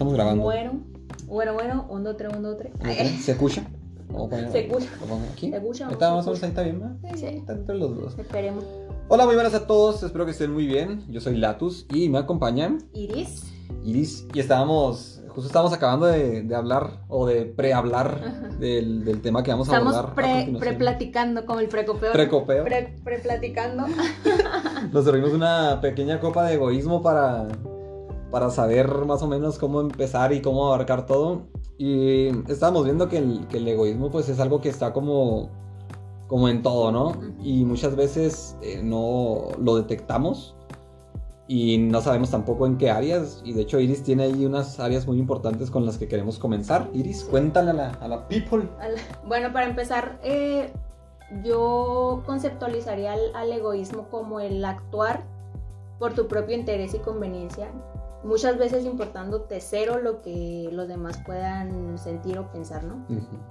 estamos grabando. Bueno, 1, 2, 3, 1, 2, 3. ¿Se escucha? Se escucha. ¿Aquí? ¿Se escucha? Está más o menos, ahí está bien, ¿no? Sí. Está entre los dos. Esperemos. Hola, muy buenas a todos, espero que estén muy bien. Yo soy Latus y me acompañan Iris. Y justo estábamos acabando de hablar o de prehablar del tema que vamos a abordar. Estamos pre-platicando, como el precopeo. Precopeo. Pre-platicando. Nos servimos una pequeña copa de egoísmo para saber más o menos cómo empezar y cómo abarcar todo. Y estábamos viendo que el egoísmo pues es algo que está como en todo, ¿no? Y muchas veces no lo detectamos y no sabemos tampoco en qué áreas. Y de hecho Iris tiene ahí unas áreas muy importantes con las que queremos comenzar. Iris, cuéntale a la people. Bueno, para empezar, yo conceptualizaría al egoísmo como el actuar por tu propio interés y conveniencia, muchas veces importándote cero lo que los demás puedan sentir o pensar, ¿no?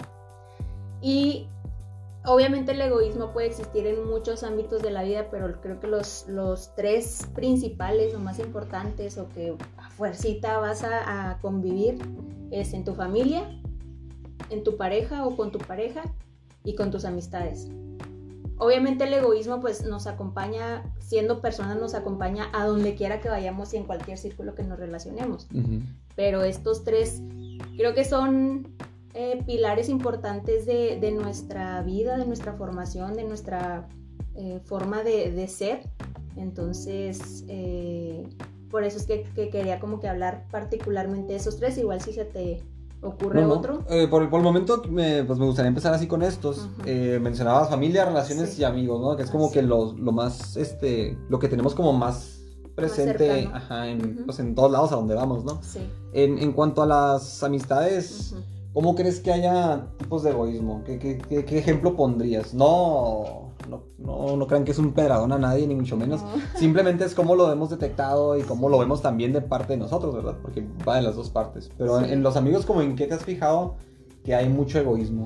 Y obviamente el egoísmo puede existir en muchos ámbitos de la vida, pero creo que los tres principales o más importantes o que a fuercita vas a convivir es en tu familia, en tu pareja o con tu pareja y con tus amistades. Obviamente el egoísmo pues nos acompaña, siendo personas nos acompaña a donde quiera que vayamos y en cualquier círculo que nos relacionemos. Pero estos tres creo que son pilares importantes de nuestra vida, de nuestra formación, de nuestra forma de ser. Entonces, por eso es que quería como que hablar particularmente de esos tres, igual si se te ocurre otro. Por el momento me gustaría empezar así con estos. Mencionabas familia, relaciones y amigos, ¿no? Que es como que lo más, lo que tenemos como más presente, pues en todos lados a donde vamos, ¿no? Sí. En cuanto a las amistades, ¿cómo crees que haya tipos de egoísmo? ¿Qué ejemplo pondrías? No crean que es un pedradón a nadie, ni mucho menos. No. Simplemente es cómo lo hemos detectado y cómo lo vemos también de parte de nosotros, ¿verdad? Porque va de las dos partes. Pero sí. En los amigos, ¿como en qué te has fijado que hay mucho egoísmo?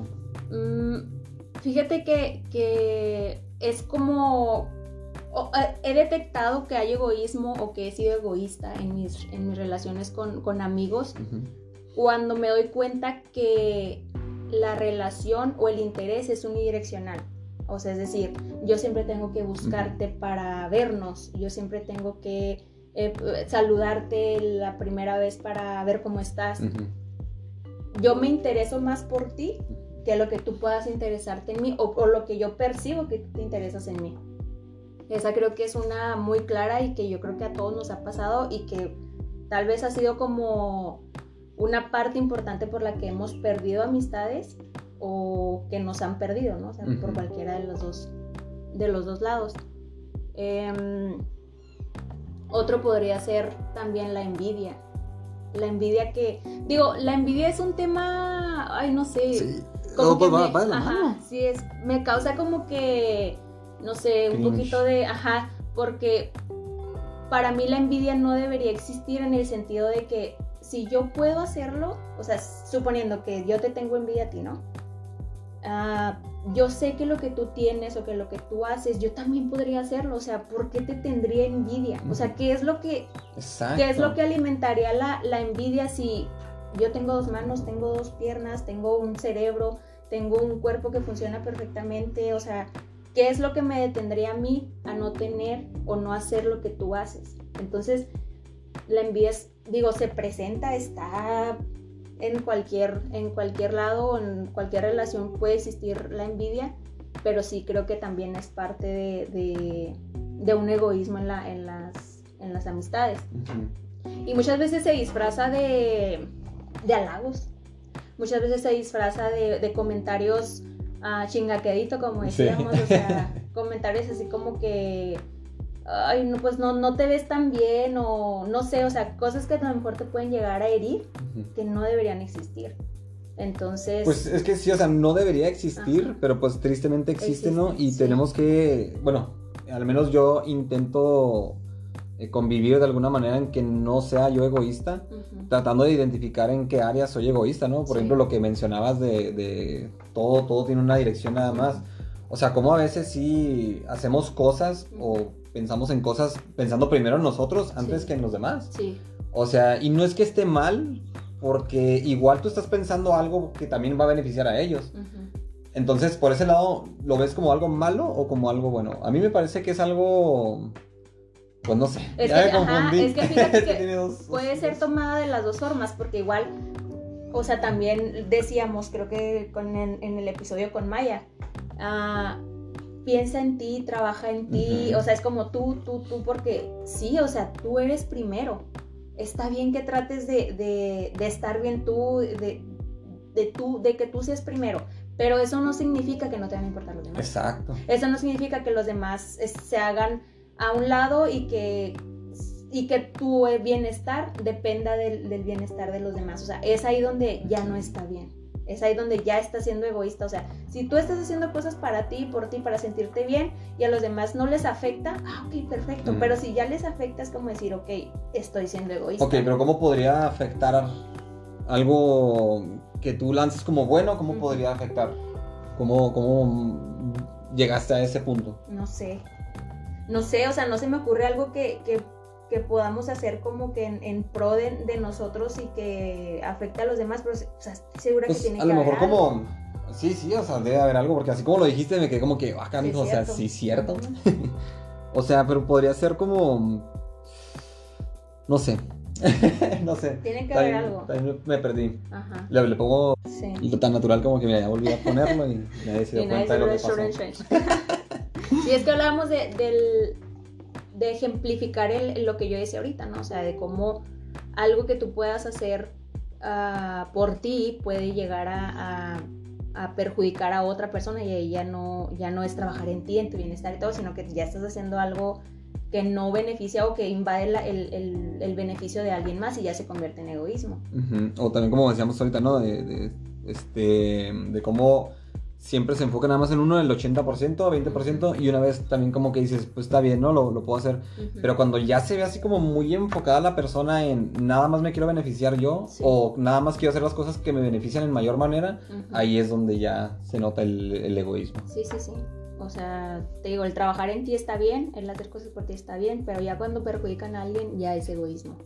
Fíjate que es como... he detectado que hay egoísmo o que he sido egoísta en mis relaciones con amigos cuando me doy cuenta que la relación o el interés es unidireccional. O sea, es decir, yo siempre tengo que buscarte para vernos, yo siempre tengo que saludarte la primera vez para ver cómo estás. Yo me intereso más por ti que lo que tú puedas interesarte en mí o lo que yo percibo que te interesas en mí. Esa creo que es una muy clara y que yo creo que a todos nos ha pasado y que tal vez ha sido como una parte importante por la que hemos perdido amistades o que nos han perdido, ¿no? O sea, por cualquiera de los dos lados. Otro podría ser también la envidia. La envidia la envidia es un tema, ay, no sé. Sí. Como que va de la mano. Sí, me causa como que, no sé, un poquito de, porque para mí la envidia no debería existir en el sentido de que si yo puedo hacerlo, o sea, suponiendo que yo te tengo envidia a ti, ¿no? Yo sé que lo que tú tienes o que lo que tú haces, yo también podría hacerlo. O sea, ¿por qué te tendría envidia? O sea, ¿qué es lo que alimentaría la envidia si yo tengo 2 manos, tengo 2 piernas, tengo un cerebro, tengo un cuerpo que funciona perfectamente? O sea, ¿qué es lo que me detendría a mí a no tener o no hacer lo que tú haces? Entonces, la envidia se presenta, está en cualquier lado, en cualquier relación puede existir la envidia, pero sí creo que también es parte de un egoísmo en las amistades. Y muchas veces se disfraza de halagos, muchas veces se disfraza de comentarios chingaquedito, como decíamos, sí. O sea, comentarios así como que ay, no, pues no te ves tan bien o no sé, o sea, cosas que a lo mejor te pueden llegar a herir que no deberían existir. Entonces... Pues es que sí, o sea, no debería existir, pero pues tristemente existe, ¿no? Y sí. Tenemos que, bueno, al menos yo intento convivir de alguna manera en que no sea yo egoísta, tratando de identificar en qué áreas soy egoísta, ¿no? Por ejemplo, lo que mencionabas de todo tiene una dirección nada más. O sea, como a veces sí hacemos cosas o pensamos en cosas pensando primero en nosotros antes Sí. que en los demás. Sí. O sea, y no es que esté mal, porque igual tú estás pensando algo que también va a beneficiar a ellos. Ujú. Entonces, por ese lado, ¿lo ves como algo malo o como algo bueno? A mí me parece que es algo... Pues no sé, Es ya que, me ajá, confundí. es que fíjate que Tiene puede ser tomada de las dos formas, porque igual, o sea, también decíamos, creo que en el episodio con Maya, piensa en ti, trabaja en ti, Ujú. o sea, es como tú, porque sí, o sea, tú eres primero. Está bien que trates de estar bien tú, de que tú seas primero, pero eso no significa que no te van a importar los demás. Exacto. Eso no significa que los demás se hagan a un lado y que tu bienestar dependa del bienestar de los demás. O sea, es ahí donde ya no está bien. Es ahí donde ya estás siendo egoísta. O sea, si tú estás haciendo cosas para ti, por ti, para sentirte bien y a los demás no les afecta, ok, perfecto. Pero si ya les afecta es como decir, ok, estoy siendo egoísta. Ok, pero ¿cómo podría afectar algo que tú lances como bueno? ¿Cómo podría afectar? ¿Cómo llegaste a ese punto? No sé, o sea, no se me ocurre algo que podamos hacer como que en pro de nosotros y que afecte a los demás, pero o sea, estoy segura Pues que tiene a que lo haber mejor algo. como... Sí, o sea, debe haber algo, porque así como lo dijiste me quedé como que, ah, canijo, o sea, cierto. sí, cierto. Uh-huh. O sea, pero podría ser como... No sé. No sé. Tiene que haber algo. También me perdí. Ajá. Le pongo Sí. tan natural como que me había olvidado ponerlo y nadie se dio cuenta de lo que pasó. Sí, es que hablábamos de ejemplificar lo que yo decía ahorita, ¿no? O sea, de cómo algo que tú puedas hacer por ti puede llegar a perjudicar a otra persona y ahí ya no es trabajar en ti, en tu bienestar y todo, sino que ya estás haciendo algo que no beneficia o que invade el beneficio de alguien más y ya se convierte en egoísmo. Uh-huh. O también como decíamos ahorita, ¿no? De cómo siempre se enfoca nada más en uno, el 80%, 20%, y una vez también como que dices, pues está bien, ¿no? Lo puedo hacer. Uh-huh. Pero cuando ya se ve así como muy enfocada la persona en nada más me quiero beneficiar yo, Sí. o nada más quiero hacer las cosas que me benefician en mayor manera, Uh-huh. ahí es donde ya se nota el egoísmo. Sí. O sea, te digo, el trabajar en ti está bien, el hacer cosas por ti está bien, pero ya cuando perjudican a alguien ya es egoísmo.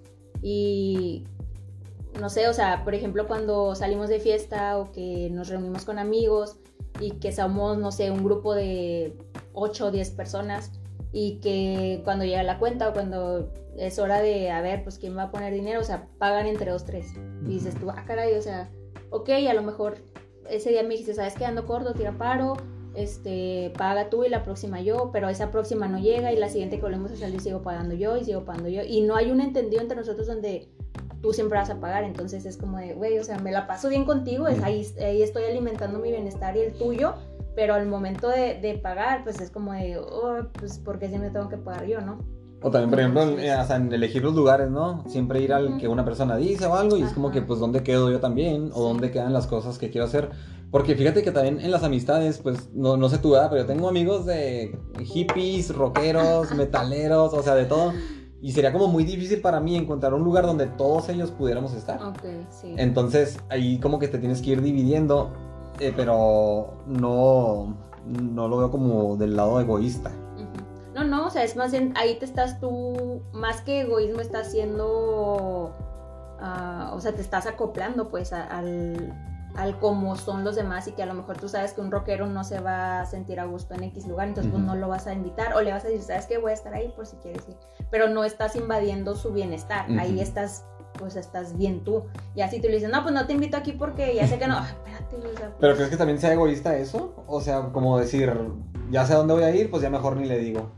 Y no sé, o sea, por ejemplo, cuando salimos de fiesta o que nos reunimos con amigos y que somos, no sé, un grupo de 8 o 10 personas y que cuando llega la cuenta o cuando es hora de, a ver, pues quién va a poner dinero, o sea, pagan entre 2, 3. Y dices tú, caray, o sea, ok, a lo mejor ese día me dijiste, ¿sabes qué? Ando corto, tira paro, paga tú y la próxima yo, pero esa próxima no llega y la siguiente que volvemos a salir sigo pagando yo y no hay un entendido entre nosotros donde tú siempre vas a pagar, entonces es como de, güey, o sea, me la paso bien contigo, ahí estoy alimentando mi bienestar y el tuyo, pero al momento de pagar, pues es como de, pues porque siempre tengo que pagar yo, ¿no? O también, por ejemplo, o sea, en elegir los lugares, ¿no? Siempre ir al que una persona dice o algo y es como que, pues, ¿dónde quedo yo también? O ¿dónde quedan las cosas que quiero hacer? Porque fíjate que también en las amistades, pues, no sé tú, ¿verdad? Pero yo tengo amigos de hippies, rockeros, metaleros, o sea, de todo. Y sería como muy difícil para mí encontrar un lugar donde todos ellos pudiéramos estar. Ok, sí. Entonces, ahí como que te tienes que ir dividiendo, pero no lo veo como del lado egoísta. No, o sea, es más bien, ahí te estás tú, más que egoísmo, estás haciendo, o sea, te estás acoplando pues al cómo son los demás y que a lo mejor tú sabes que un rockero no se va a sentir a gusto en X lugar, entonces pues no lo vas a invitar o le vas a decir, ¿sabes qué? Voy a estar ahí por si quieres ir, pero no estás invadiendo su bienestar, ahí estás bien tú, y así tú le dices, no, pues no te invito aquí porque ya sé que no, espérate, o sea, pues... ¿Pero crees que también sea egoísta eso? O sea, como decir, ya sé a dónde voy a ir, pues ya mejor ni le digo.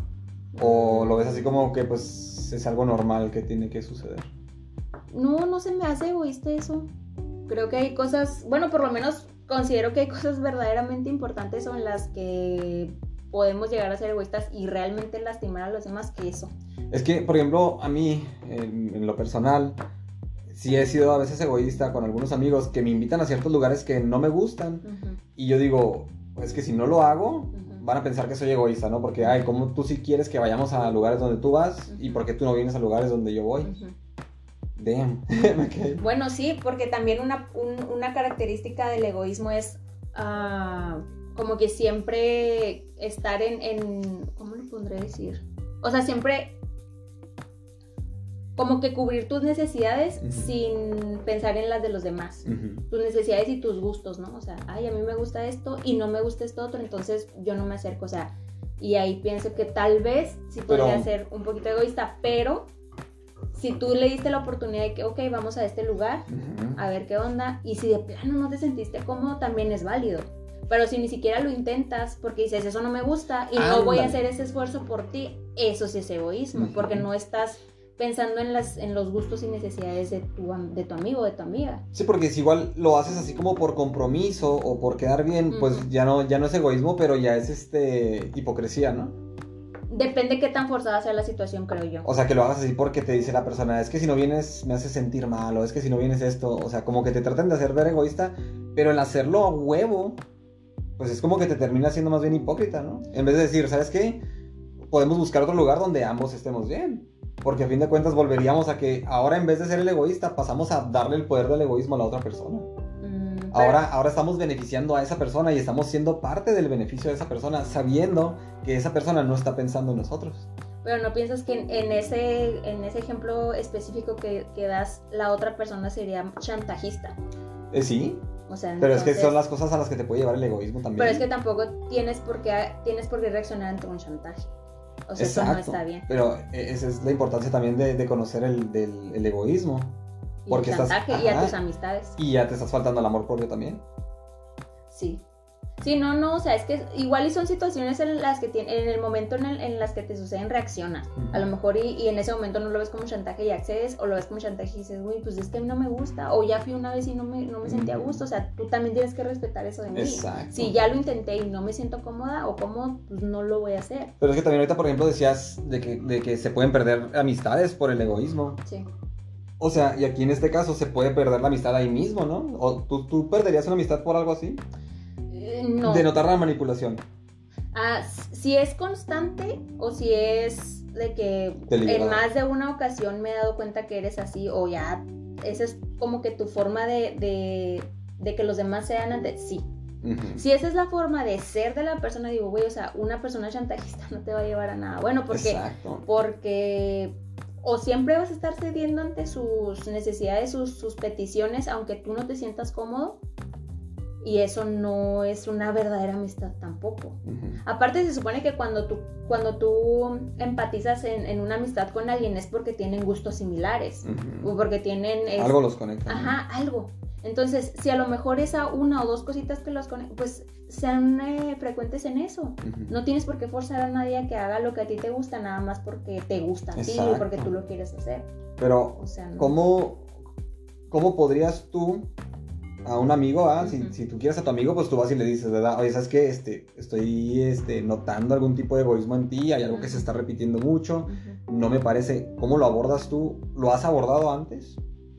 ¿O lo ves así como que pues es algo normal que tiene que suceder? No se me hace egoísta eso. Creo que hay cosas, bueno, por lo menos considero que hay cosas verdaderamente importantes en las que podemos llegar a ser egoístas y realmente lastimar a los demás que eso. Es que, por ejemplo, a mí, en lo personal, sí he sido a veces egoísta con algunos amigos que me invitan a ciertos lugares que no me gustan. Y yo digo, es que si no lo hago, van a pensar que soy egoísta, ¿no? Porque, ay, ¿cómo tú sí quieres que vayamos a lugares donde tú vas? ¿Y por qué tú no vienes a lugares donde yo voy? Damn. Okay. Bueno, sí, porque también una característica del egoísmo es, como que siempre estar ¿cómo lo pondré a decir? O sea, siempre como que cubrir tus necesidades sin pensar en las de los demás. Tus necesidades y tus gustos, ¿no? O sea, ay, a mí me gusta esto y no me gusta esto otro, entonces yo no me acerco, o sea, y ahí pienso que tal vez sí podría ser un poquito egoísta, pero si tú le diste la oportunidad de que, ok, vamos a este lugar, a ver qué onda, y si de plano no te sentiste cómodo, también es válido. Pero si ni siquiera lo intentas porque dices, eso no me gusta y no voy a hacer ese esfuerzo por ti, eso sí es egoísmo, porque no estás pensando en los gustos y necesidades de tu amigo o de tu amiga. Sí, porque si igual lo haces así como por compromiso o por quedar bien, pues ya no es egoísmo, pero ya es hipocresía, ¿no? Depende qué tan forzada sea la situación, creo yo. O sea, que lo hagas así porque te dice la persona, es que si no vienes me haces sentir mal, o es que si no vienes esto, o sea, como que te tratan de hacer ver egoísta, pero el hacerlo a huevo, pues es como que te termina siendo más bien hipócrita, ¿no? En vez de decir, ¿sabes qué? Podemos buscar otro lugar donde ambos estemos bien. Porque a fin de cuentas volveríamos a que ahora en vez de ser el egoísta pasamos a darle el poder del egoísmo a la otra persona. Ahora estamos beneficiando a esa persona y estamos siendo parte del beneficio de esa persona sabiendo que esa persona no está pensando en nosotros. Pero ¿no piensas que en ese ejemplo específico que das, la otra persona sería chantajista? Sí. O sea, pero entonces, es que son las cosas a las que te puede llevar el egoísmo también. Pero es que tampoco tienes por qué reaccionar ante un chantaje. O sea, exacto, eso no está bien. Pero esa es la importancia también de conocer el egoísmo. Y porque el chantaje y a tus amistades. Y ya te estás faltando el amor propio también. Sí. Sí, no, o sea, es que igual y son situaciones en las que en el momento en las que te suceden reaccionas. A lo mejor y en ese momento no lo ves como chantaje y accedes, o lo ves como chantaje y dices, uy, pues es que a mí no me gusta, o ya fui una vez y no me sentí a gusto, o sea, tú también tienes que respetar eso de mí. Exacto. Si ya lo intenté y no me siento cómoda o cómodo, pues no lo voy a hacer. Pero es que también ahorita, por ejemplo, decías de que se pueden perder amistades por el egoísmo. Sí. O sea, y aquí en este caso se puede perder la amistad ahí mismo, ¿no? ¿O tú perderías una amistad por algo así? No. De notar la manipulación. Si es constante o si es de que en más de una ocasión me he dado cuenta que eres así, o ya esa es como que tu forma de que los demás sean antes, sí. Si esa es la forma de ser de la persona, digo, güey, o sea, una persona chantajista no te va a llevar a nada bueno, porque o siempre vas a estar cediendo ante sus necesidades, sus peticiones, aunque tú no te sientas cómodo. Y eso no es una verdadera amistad tampoco. Aparte, se supone que cuando tú empatizas en una amistad con alguien es porque tienen gustos similares. O porque tienen... algo los conecta. Ajá, algo. Entonces, si a lo mejor esa una o dos cositas que los conectan, pues sean frecuentes en eso. No tienes por qué forzar a nadie a que haga lo que a ti te gusta, nada más porque te gusta a ti o porque tú lo quieres hacer. Pero, o sea, no. ¿Cómo podrías tú a un amigo, si tú quieres a tu amigo, pues tú vas y le dices, ¿verdad? Oye, ¿sabes qué? Estoy notando algún tipo de egoísmo en ti, hay algo que se está repitiendo mucho, no me parece. ¿Cómo lo abordas tú? ¿Lo has abordado antes?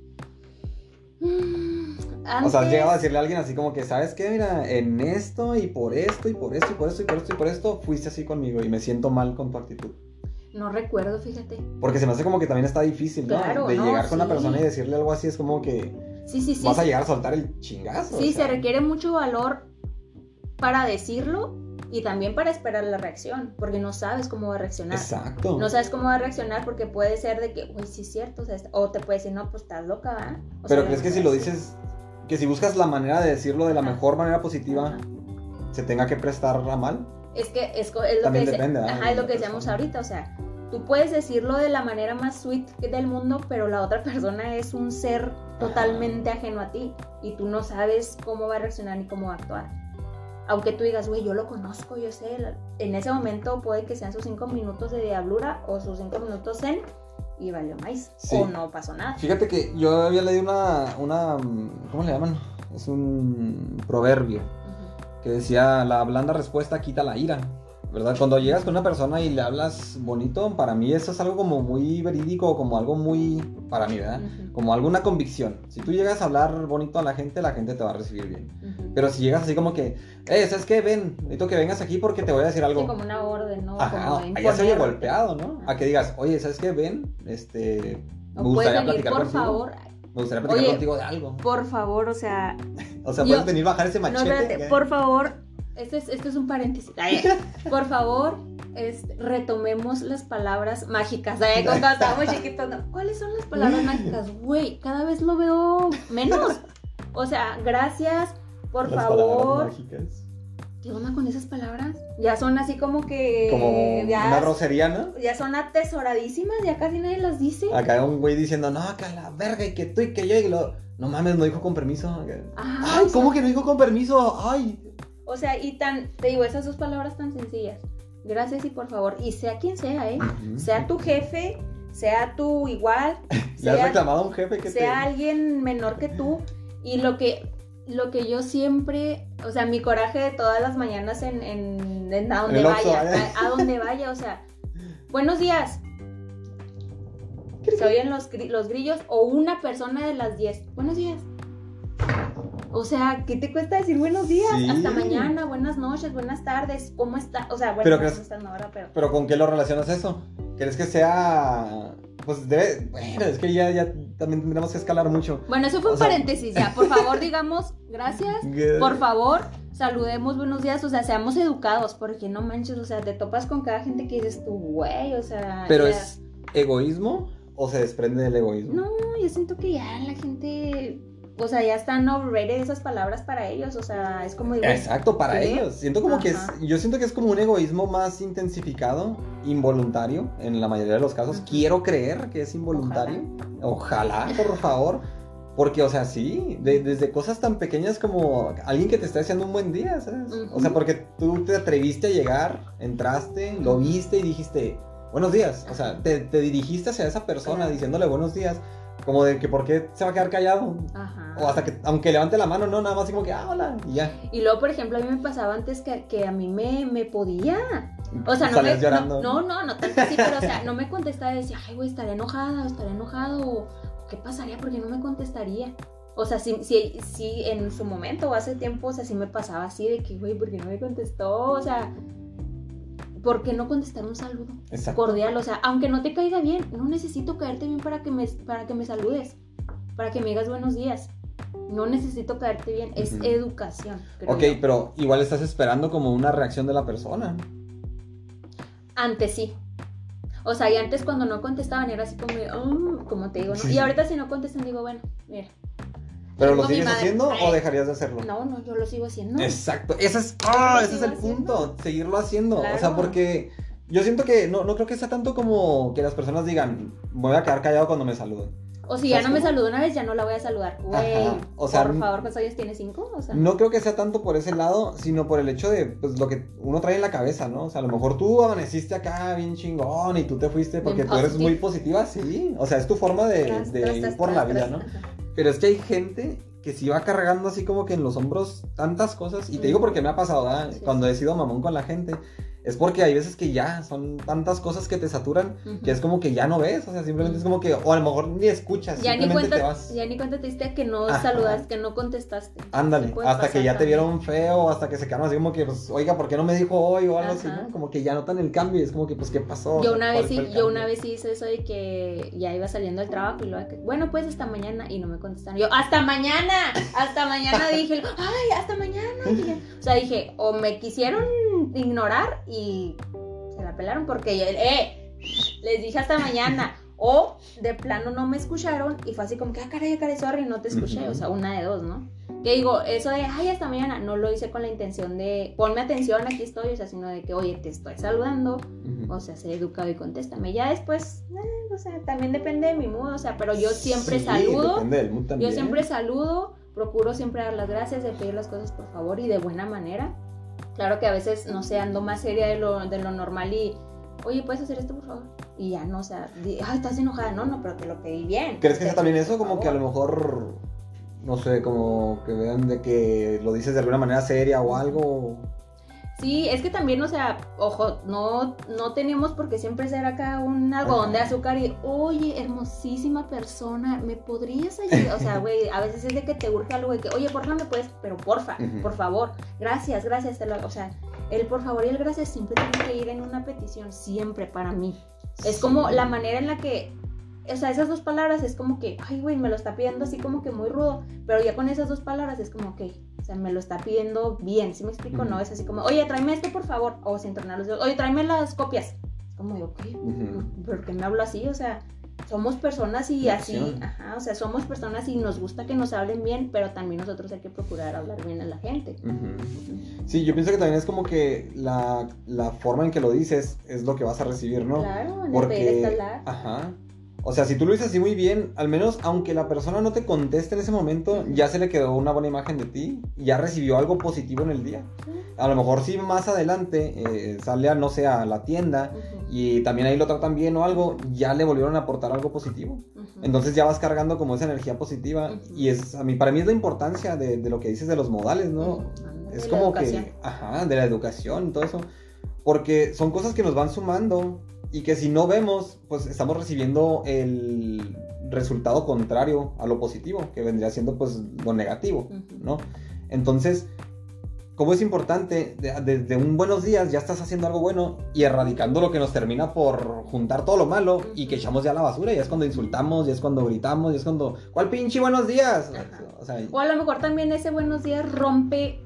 O sea, has llegado a decirle a alguien así como que, ¿sabes qué? Mira, en esto y por esto y por esto y por esto y por esto y por esto fuiste así conmigo y me siento mal con tu actitud. No recuerdo, fíjate. Porque se me hace como que también está difícil, ¿no? Claro, de llegar con una persona y decirle algo así es como que... Sí. Vas a llegar a soltar el chingazo. Sí, o sea, se requiere mucho valor para decirlo y también para esperar la reacción, porque no sabes cómo va a reaccionar. Exacto. No sabes cómo va a reaccionar porque puede ser de que, uy, sí es cierto, o te puede decir, no, pues estás loca, ¿verdad? Pero ¿crees que si lo dices, que si buscas la manera de decirlo de la mejor manera positiva, se tenga que prestar a mal? Es que es lo también que depende, es lo que decíamos ahorita, o sea, tú puedes decirlo de la manera más sweet del mundo, pero la otra persona es un ser totalmente ajeno a ti y tú no sabes cómo va a reaccionar ni cómo va a actuar. Aunque tú digas, güey, yo lo conozco, yo sé, en ese momento puede que sean sus 5 minutos de diablura o sus 5 minutos zen y valió más, o no pasó nada. Fíjate que yo había leído una ¿cómo le llaman? Es un proverbio que decía, la blanda respuesta quita la ira. ¿Verdad? Cuando llegas con una persona y le hablas bonito, para mí eso es algo como muy verídico, como algo muy, para mí, ¿verdad? Como alguna convicción. Si tú llegas a hablar bonito a la gente te va a recibir bien. Pero si llegas así como que, ¿sabes qué? Ven, necesito que vengas aquí porque te voy a decir algo. Sí, como una orden, ¿no? Ajá, allá se oye golpeado, ¿no? A que digas, oye, ¿sabes qué? Ven, me gustaría platicar por contigo. Favor. Me gustaría platicar contigo de algo. Por favor, o sea... O sea, puedes venir a bajar ese machete. No, espérate, por favor... este es un paréntesis. Ay, por favor, retomemos las palabras mágicas. Ay, cuando estábamos chiquitos, ¿no? ¿Cuáles son las palabras mágicas? Güey, cada vez lo veo menos. O sea, gracias, por las favor. Palabras mágicas. ¿Qué onda con esas palabras? Ya son así como que... Como ya, una grosería, ¿no? Ya son atesoradísimas, ya casi nadie las dice. Acá hay un güey diciendo, no, que a la verga, y que tú y que yo, y no mames, no dijo con permiso. Ajá, Ay, ¿cómo que no dijo con permiso? Ay. O sea, y te digo, esas dos palabras tan sencillas. Gracias y por favor. Y sea quien sea, sea tu jefe, sea tu igual. ¿Le has reclamado a un jefe que sea alguien menor que tú. Y lo que yo siempre, o sea, mi coraje de todas las mañanas en a donde vaya, a donde vaya, o sea, buenos días. Se oyen los grillos o una persona de las 10. Buenos días. O sea, ¿qué te cuesta decir buenos días? Sí. Hasta mañana, buenas noches, buenas tardes, ¿cómo está? O sea, bueno, pero ¿con qué lo relacionas eso? ¿Crees que sea...? Pues debe... Bueno, es que ya también tendremos que escalar mucho. Bueno, eso fue un paréntesis ya. Por favor, digamos gracias. Por favor, saludemos, buenos días. O sea, seamos educados, porque no manches, o sea, te topas con cada gente que dices tú, güey, o sea... ¿Pero es egoísmo o se desprende del egoísmo? No, yo siento que ya la gente... O sea, ya están overrated esas palabras para ellos, o sea, es como... Exacto, para ellos. Siento como que yo siento que es como un egoísmo más intensificado, involuntario, en la mayoría de los casos. Quiero creer que es involuntario. Ojalá, por favor. Porque, o sea, sí, desde cosas tan pequeñas como alguien que te está deseando un buen día, ¿sabes? O sea, porque tú te atreviste a llegar, entraste, lo viste y dijiste, buenos días. O sea, te dirigiste hacia esa persona diciéndole buenos días. Como de que por qué se va a quedar callado. Ajá. O hasta que, aunque levante la mano, no, nada más así como que, hola, y ya. Y luego, por ejemplo, a mí me pasaba antes que a mí me podía. O sea, no tanto así, pero o sea, no me contestaba y decía, ay, güey, estaré enojada, o estaré enojado, o ¿qué pasaría? ¿Por qué no me contestaría? O sea, sí, en su momento o hace tiempo, o sea, sí me pasaba así de que, güey, ¿por qué no me contestó? O sea... ¿Por qué no contestar un saludo cordial? O sea, aunque no te caiga bien, no necesito caerte bien para que me saludes, para que me digas buenos días. No necesito caerte bien, es educación. Ok, pero igual estás esperando como una reacción de la persona. Antes sí. O sea, y antes cuando no contestaban era así como te digo, ¿no? Y ahorita si no contestan digo, bueno, mira. ¿Pero lo sigues haciendo o dejarías de hacerlo? No, yo lo sigo haciendo. Exacto, ese es el punto, seguirlo haciendo. Claro. O sea, porque yo siento que no creo que sea tanto como que las personas digan, voy a quedar callado cuando me saluden. O si ya no me saludo una vez, ya no la voy a saludar. Güey, o sea, por favor, ¿cuántos años tienes? 5? O sea, no creo que sea tanto por ese lado, sino por el hecho de pues, lo que uno trae en la cabeza, ¿no? O sea, a lo mejor tú amaneciste acá bien chingón y tú te fuiste porque tú eres muy positiva, sí. O sea, es tu forma de ir por la vida, ¿no? Pero es que hay gente que sí va cargando así como que en los hombros tantas cosas. Y te digo porque me ha pasado, ¿verdad? Sí, cuando he sido mamón con la gente. Es porque hay veces que ya son tantas cosas que te saturan que es como que ya no ves. O sea, simplemente es como que... O a lo mejor ni escuchas, ya simplemente te vas. Ya ni cuenta te diste que no saludaste, que no contestaste. Ándale, hasta que ya te vieron feo, hasta que se quedaron así como que, pues, oiga, ¿por qué no me dijo hoy? O algo así, ¿no? Como que ya notan el cambio y es como que, pues, ¿qué pasó? Yo una vez sí hice eso de que ya iba saliendo del trabajo y luego, bueno, pues hasta mañana, y no me contestaron. Yo, ¡hasta mañana! Dije, ¡ay, hasta mañana! O sea, dije, o me quisieron ignorar y se la pelaron porque les dije hasta mañana, o de plano no me escucharon y fue así como que, caray, sorry, no te escuché. O sea, una de dos, ¿no? Que digo, eso de, ay, hasta mañana, no lo hice con la intención de, ponme atención, aquí estoy, o sea, sino de que, oye, te estoy saludando, o sea, sé educado y contéstame. Ya después, o sea, también depende de mi mood, o sea, pero yo siempre saludo, depende del mood también. Yo siempre saludo, procuro siempre dar las gracias, de pedir las cosas por favor y de buena manera. Claro que a veces, no sé, ando más seria de lo normal y, oye, ¿puedes hacer esto por favor? Y ya no, o sea, ay, estás enojada, no, pero te lo pedí bien. ¿Crees que sea también eso? Como que a lo mejor, no sé, como que vean de que lo dices de alguna manera seria o algo. Sí, es que también, o sea, ojo, no tenemos por qué siempre ser acá un algodón de azúcar y, oye, hermosísima persona, ¿me podrías ayudar? O sea, güey, a veces es de que te urge algo de que, oye, porfa, me puedes, pero porfa, por favor, gracias, o sea, el por favor y el gracias siempre tiene que ir en una petición, siempre para mí. Es como la manera en la que, o sea, esas dos palabras es como que, ay, güey, me lo está pidiendo así como que muy rudo, pero ya con esas dos palabras es como, ok, sea, me lo está pidiendo bien, ¿sí me explico? No es así como, oye, tráeme esto por favor, o sin tornar los dedos, oye, tráeme las copias. Es como, ok, ¿por qué me hablo así? O sea, somos personas y así, o sea, somos personas y nos gusta que nos hablen bien, pero también nosotros hay que procurar hablar bien a la gente. Sí, yo pienso que también es como que la forma en que lo dices es lo que vas a recibir, ¿no? Claro, en el pedir está hablar. O sea, si tú lo dices así muy bien, al menos aunque la persona no te conteste en ese momento, ya se le quedó una buena imagen de ti, ya recibió algo positivo en el día. A lo mejor si más adelante sale a, no sé, a la tienda y también ahí lo tratan bien o algo, ya le volvieron a aportar algo positivo. Entonces ya vas cargando como esa energía positiva y es, para mí es la importancia de lo que dices de los modales, ¿no? Es como que, de la educación y todo eso, porque son cosas que nos van sumando. Y que si no vemos, pues estamos recibiendo el resultado contrario a lo positivo, que vendría siendo pues lo negativo, ¿no? Entonces, como es importante, desde un buenos días ya estás haciendo algo bueno y erradicando lo que nos termina por juntar todo lo malo y que echamos ya a la basura, ya es cuando insultamos, ya es cuando gritamos, ya es cuando, ¿cuál pinche buenos días? O a lo mejor también ese buenos días rompe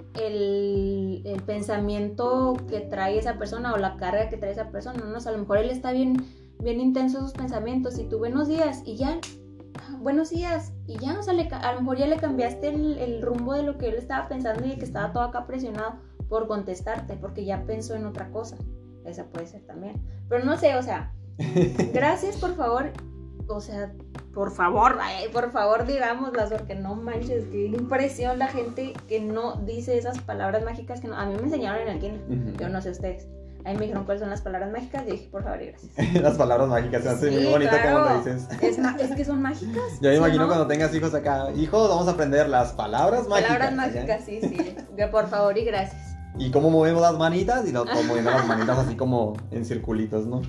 el pensamiento que trae esa persona o la carga que trae esa persona, ¿no? O sea, a lo mejor él está bien intenso en sus pensamientos y tú buenos días y ya, buenos días y ya, o sea, a lo mejor ya le cambiaste el rumbo de lo que él estaba pensando y que estaba todo acá presionado por contestarte porque ya pensó en otra cosa. Esa puede ser también, pero no sé, o sea, gracias, por favor, o sea, por favor, digámoslas, porque no manches, qué impresión la gente que no dice esas palabras mágicas que no, a mí me enseñaron en el kinder, yo no sé ustedes, a mí me dijeron cuáles son las palabras mágicas y dije, por favor y gracias. Las palabras mágicas, se hace muy bonito como lo dices. Es que son mágicas. Yo me imagino cuando tengas hijos acá, hijos, vamos a aprender las palabras mágicas. Palabras mágicas, sí, que por favor y gracias. Y cómo movemos las manitas y nos moviendo las manitas así como en circulitos, ¿no?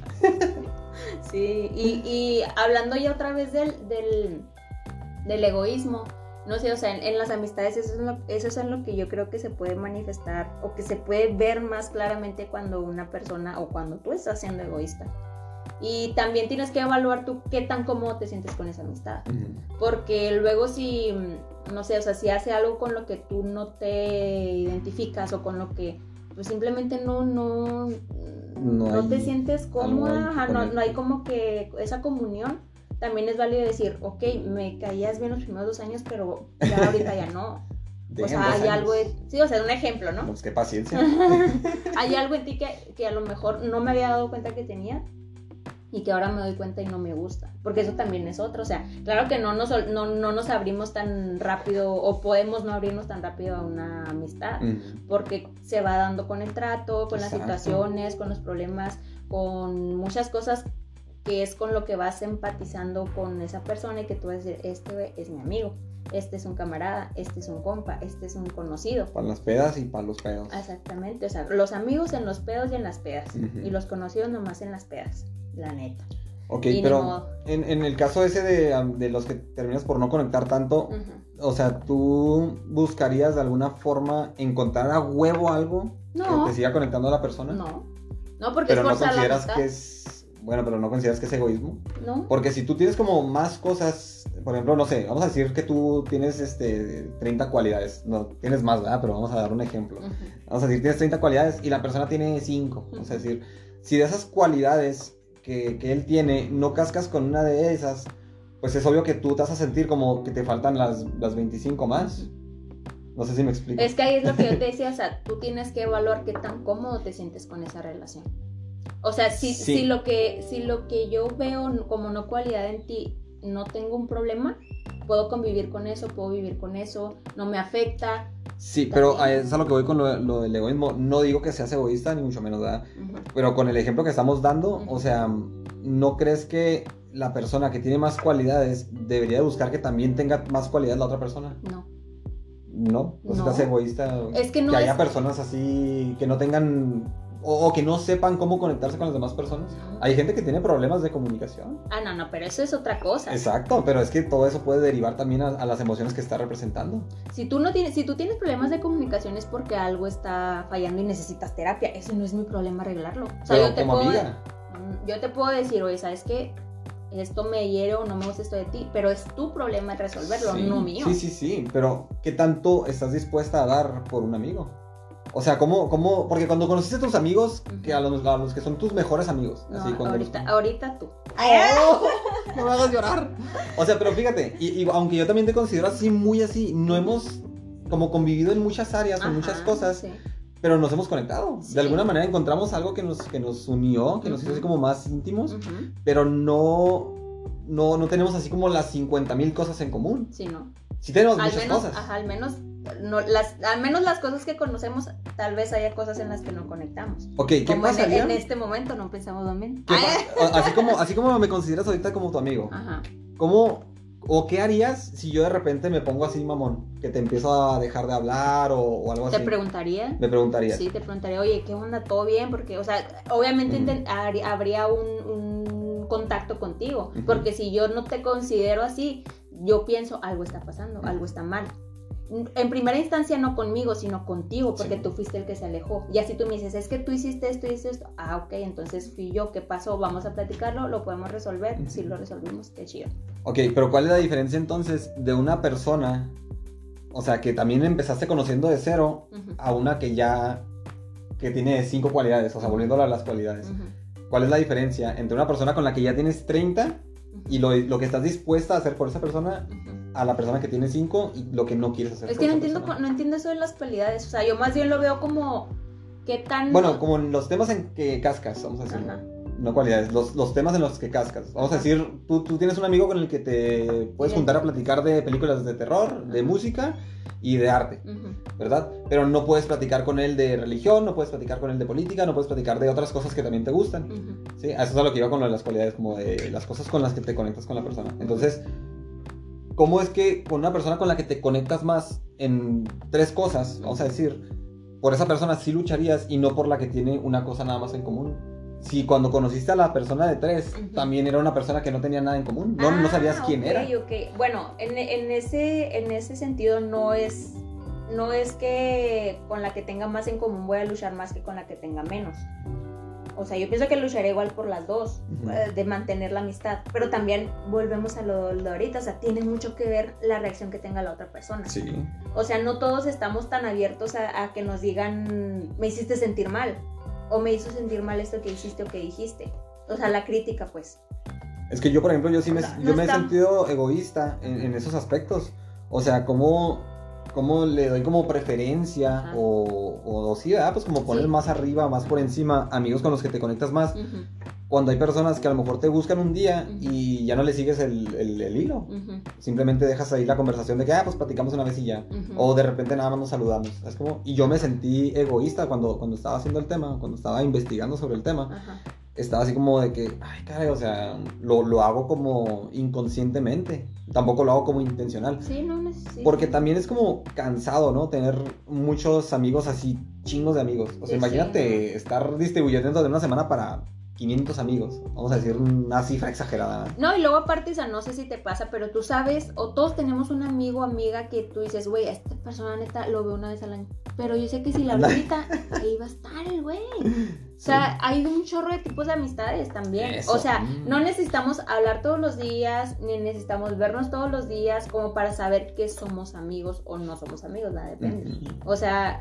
Sí, y hablando ya otra vez del egoísmo, no sé, o sea, en las amistades eso es en lo que yo creo que se puede manifestar o que se puede ver más claramente cuando una persona o cuando tú estás siendo egoísta. Y también tienes que evaluar tú qué tan cómodo te sientes con esa amistad. Porque luego si, no sé, o sea, si hace algo con lo que tú no te identificas o con lo que pues simplemente no te sientes cómoda, no hay como que esa comunión, también es válido decir, ok, me caías bien los primeros 2 años, pero ya ahorita ya no. O sea, hay algo sí, o sea, un ejemplo, ¿no? Pues qué paciencia. Hay algo en ti que a lo mejor no me había dado cuenta que tenía y que ahora me doy cuenta y no me gusta, porque eso también es otro, o sea, claro que no nos abrimos tan rápido o podemos no abrirnos tan rápido a una amistad, porque se va dando con el trato, con las situaciones, con los problemas, con muchas cosas que es con lo que vas empatizando con esa persona y que tú vas a decir, este es mi amigo, este es un camarada, este es un compa, este es un conocido. Para las pedas y para los pedos. Exactamente, o sea, los amigos en los pedos y en las pedas, y los conocidos nomás en las pedas, la neta. Ok, pero en el caso ese de los que terminas por no conectar tanto, o sea, ¿tú buscarías de alguna forma encontrar a huevo algo que te siga conectando a la persona? No, porque pero es forzar no consideras la que es... Bueno, pero ¿no consideras que es egoísmo? No. Porque si tú tienes como más cosas, por ejemplo, no sé, vamos a decir que tú tienes 30 cualidades. No, tienes más, ¿verdad? Pero vamos a dar un ejemplo. Vamos a decir, tienes 30 cualidades y la persona tiene 5. Vamos a decir, si de esas cualidades que él tiene, no cascas con una de esas, pues es obvio que tú te vas a sentir como que te faltan las 25 más. No sé si me explico. Es que ahí es lo que yo te decía, o sea, tú tienes que evaluar qué tan cómodo te sientes con esa relación. O sea, si lo que yo veo como no cualidad en ti, no tengo un problema, puedo convivir con eso, puedo vivir con eso, no me afecta. Sí, pero es a lo que voy con lo del egoísmo. No digo que seas egoísta, ni mucho menos, ¿verdad? Pero con el ejemplo que estamos dando, o sea, ¿no crees que la persona que tiene más cualidades debería buscar que también tenga más cualidades la otra persona? ¿No? ¿O sea, estás egoísta? Es que no que haya personas así que no tengan... O que no sepan cómo conectarse con las demás personas. Hay gente que tiene problemas de comunicación. No, pero eso es otra cosa. Exacto, pero es que todo eso puede derivar también a las emociones que está representando. Si tú tienes problemas de comunicación es porque algo está fallando y necesitas terapia. Ese no es mi problema arreglarlo. O sea, pero como amiga. Yo te puedo decir, oye, ¿sabes qué? esto me hiere o no me gusta esto de ti, pero es tu problema resolverlo, sí, no mío. Sí, pero ¿qué tanto estás dispuesta a dar por un amigo? O sea, porque cuando conociste a tus amigos, que a los que son tus mejores amigos, No, así, ahorita tú. ¡Oh! No me hagas llorar. O sea, pero fíjate, y aunque yo también te considero así, muy así, no hemos como convivido en muchas áreas, en muchas cosas, sí. pero nos hemos conectado. Sí. De alguna manera encontramos algo que nos unió, que nos hizo así como más íntimos, pero no tenemos así como las 50,000 cosas en común. Sí, no. Sí tenemos muchas cosas. Ajá, al menos las cosas que conocemos, tal vez haya cosas en las que no conectamos. Ok, ¿qué como pasaría? En este momento no pensamos lo mismo. Así como me consideras ahorita como tu amigo. Ajá. ¿Qué harías si yo de repente me pongo así mamón? Que te empiezo a dejar de hablar o algo así. ¿Te preguntaría? Me preguntarías. Sí, te preguntaría, oye, ¿qué onda? ¿Todo bien? Porque, o sea, obviamente habría un contacto contigo. Porque si yo no te considero así, yo pienso, algo está pasando, algo está mal. En primera instancia no conmigo, sino contigo, porque tú fuiste el que se alejó. Y así tú me dices, es que tú hiciste esto y esto. Ah, ok, entonces fui yo, ¿qué pasó? Vamos a platicarlo, lo podemos resolver. Si lo resolvimos, qué chido. Ok, pero ¿cuál es la diferencia entonces de una persona, o sea, que también empezaste conociendo de cero, a una que tiene 5 cualidades, o sea, volviéndolo a las cualidades? ¿Cuál es la diferencia entre una persona con la que ya tienes 30 y lo que estás dispuesta a hacer por esa persona, a la persona que tiene 5 y lo que no quieres hacer? Es que no entiendo eso de las cualidades. O sea, yo más bien lo veo como qué tan... Bueno, como los temas en que cascas, vamos a decirlo. Ajá. No cualidades, los temas en los que cascas. Vamos a decir, tú tienes un amigo con el que te puedes juntar a platicar de películas de terror, de música y de arte, ¿verdad? Pero no puedes platicar con él de religión, no puedes platicar con él de política, no puedes platicar de otras cosas que también te gustan. ¿Sí? A eso es a lo que iba con lo de las cualidades, como de las cosas con las que te conectas con la persona. Entonces, ¿cómo es que con una persona con la que te conectas más en 3 cosas, vamos a decir, por esa persona sí lucharías y no por la que tiene una cosa nada más en común? Si cuando conociste a la persona de 3, también era una persona que no tenía nada en común, no sabías quién era. Ok. Bueno, en ese sentido no es que con la que tenga más en común voy a luchar más que con la que tenga menos. O sea, yo pienso que lucharé igual por las dos, de mantener la amistad. Pero también volvemos a lo de ahorita, o sea, tiene mucho que ver la reacción que tenga la otra persona. Sí. O sea, no todos estamos tan abiertos a que nos digan, me hiciste sentir mal. O me hizo sentir mal esto que hiciste o que dijiste. O sea, la crítica, pues. Es que yo, por ejemplo, me he sentido egoísta en esos aspectos. O sea, ¿cómo le doy como preferencia? O sí, ¿verdad? Pues como poner más arriba, más por encima, amigos con los que te conectas más. Cuando hay personas que a lo mejor te buscan un día y ya no le sigues el hilo. Simplemente dejas ahí la conversación de que, pues platicamos una vez y ya. O de repente nada más nos saludamos. Es como, y yo me sentí egoísta cuando estaba haciendo el tema, cuando estaba investigando sobre el tema. Estaba así como de que, ay, caray, o sea, lo hago como inconscientemente. Tampoco lo hago como intencional. Sí, no necesito. Porque también es como cansado, ¿no? Tener muchos amigos así, chingos de amigos. O sea, imagínate estar distribuyendo de una semana para 500 amigos. Vamos a decir una cifra exagerada. No, y luego aparte, o sea, no sé si te pasa, pero tú sabes, o todos tenemos un amigo o amiga que tú dices, güey, a esta persona neta lo veo una vez al año. Pero yo sé que si la veo ahorita, ahí va a estar el güey. O sea, hay un chorro de tipos de amistades también. Eso. O sea, no necesitamos hablar todos los días, ni necesitamos vernos todos los días como para saber que somos amigos o no somos amigos, nada depende. O sea,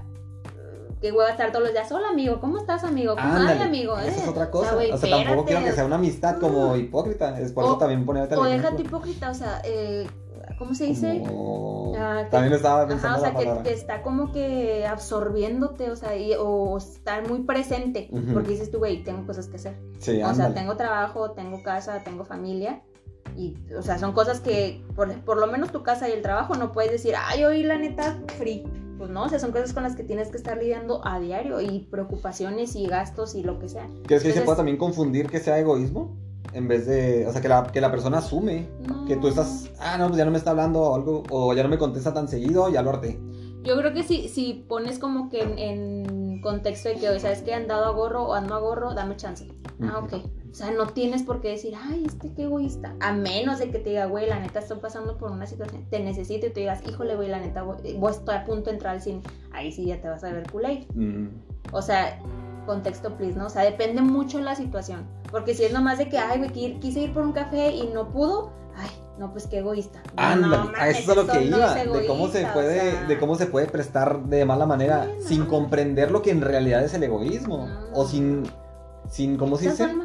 que voy a estar todos los días, hola amigo, ¿cómo estás amigo? ¿Cómo ay amigo? Esa es otra cosa. O sea, tampoco quiero que sea una amistad como hipócrita. Es por eso también ponerte al ejemplo. O déjate hipócrita, o sea, ¿cómo se dice? También estaba pensando o sea, la palabra. que está como que absorbiéndote, o sea, o estar muy presente, porque dices tú, güey, tengo cosas que hacer. Sí, o sea, tengo trabajo, tengo casa, tengo familia, y, o sea, son cosas que, por lo menos tu casa y el trabajo, no puedes decir, ay, hoy la neta, free. Pues no, o sea, son cosas con las que tienes que estar lidiando a diario, y preocupaciones y gastos y lo que sea. ¿Crees que se puede también confundir que sea egoísmo? En vez de, o sea, que la persona asume que tú estás, no, pues ya no me está hablando o algo, o ya no me contesta tan seguido, ya lo harté. Yo creo que si pones como que en contexto de que hoy sabes que he andado a gorro o ando a gorro, dame chance. Ok. O sea, no tienes por qué decir, ay, qué egoísta. A menos de que te diga, güey, la neta estoy pasando por una situación, te necesito, y te digas, híjole, güey, la neta, estoy a punto de entrar al cine. Ahí sí ya te vas a ver culé. O sea, contexto, please, ¿no? O sea, depende mucho la situación. Porque si es nomás de que, ay, güey, quise ir por un café y no pudo, ay, no, pues qué egoísta. Ándale, a eso es a lo que iba, no es de cómo se egoísta, puede, o sea, de cómo se puede prestar de mala manera, sí, no. sin comprender lo que en realidad es el egoísmo, No. o sin, ¿cómo se dice?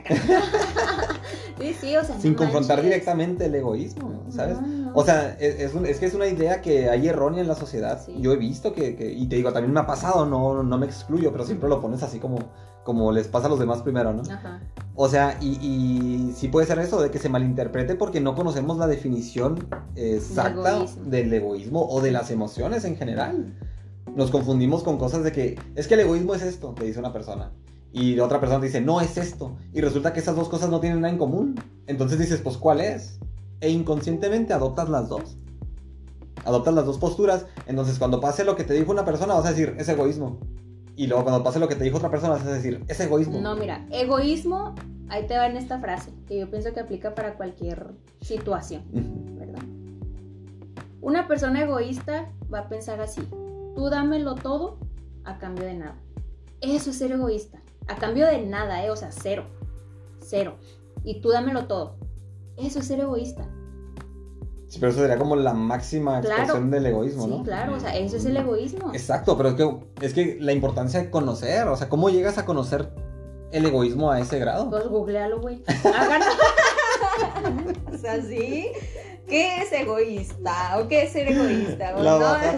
Sí, o sea, Sin no confrontar manches. directamente el egoísmo, ¿sabes? No. O sea, es que es una idea que hay errónea en la sociedad. Sí. Yo he visto y te digo, también me ha pasado, no me excluyo, pero siempre lo pones así como les pasa a los demás primero, ¿no? Ajá. O sea, y sí puede ser eso, de que se malinterprete porque no conocemos la definición exacta del egoísmo o de las emociones en general. Nos confundimos con cosas de que, es que el egoísmo es esto, te dice una persona. Y la otra persona te dice, no, es esto. Y resulta que esas dos cosas no tienen nada en común. Entonces dices, pues, ¿cuál es? E inconscientemente adoptas las dos. Adoptas las dos posturas. Entonces, cuando pase lo que te dijo una persona, vas a decir, es egoísmo. Y luego cuando pase lo que te dijo otra persona, vas a decir, es egoísmo. No, mira, egoísmo, ahí te va en esta frase, que yo pienso que aplica para cualquier situación, ¿verdad? Una persona egoísta va a pensar así, tú dámelo todo a cambio de nada. Eso es ser egoísta. A cambio de nada, o sea, cero. Y tú dámelo todo. Eso es ser egoísta. Sí, pero eso sería como la máxima expresión del egoísmo, sí, ¿no? Sí, claro, o sea, eso es el egoísmo. Exacto, pero es que la importancia de conocer, o sea, ¿cómo llegas a conocer el egoísmo a ese grado? Pues googlealo, güey. O sea, sí. ¿Qué es egoísta? ¿O qué es ser egoísta? La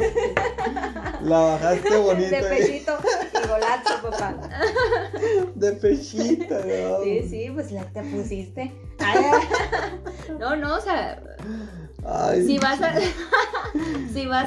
bajaste bonito. De pechito y golazo, papá. De pechita, ¿no? Sí, pues la te pusiste. No, o sea, ay. Si vas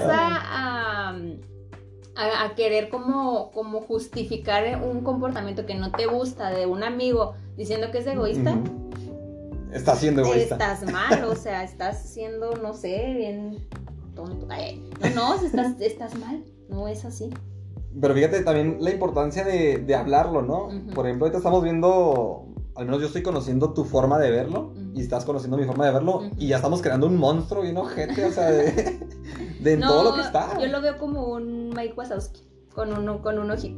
a querer como justificar un comportamiento que no te gusta de un amigo diciendo que es egoísta, estás siendo egoísta. Estás mal, o sea, estás siendo, no sé, bien tonto. No, estás mal, no es así. Pero fíjate también la importancia de hablarlo, ¿no? Por ejemplo, ahorita estamos viendo, al menos yo estoy conociendo tu forma de verlo, y estás conociendo mi forma de verlo, y ya estamos creando un monstruo bien ojete, o sea, de no, todo lo que está. Yo lo veo como un Mike Wazowski, con un ojito.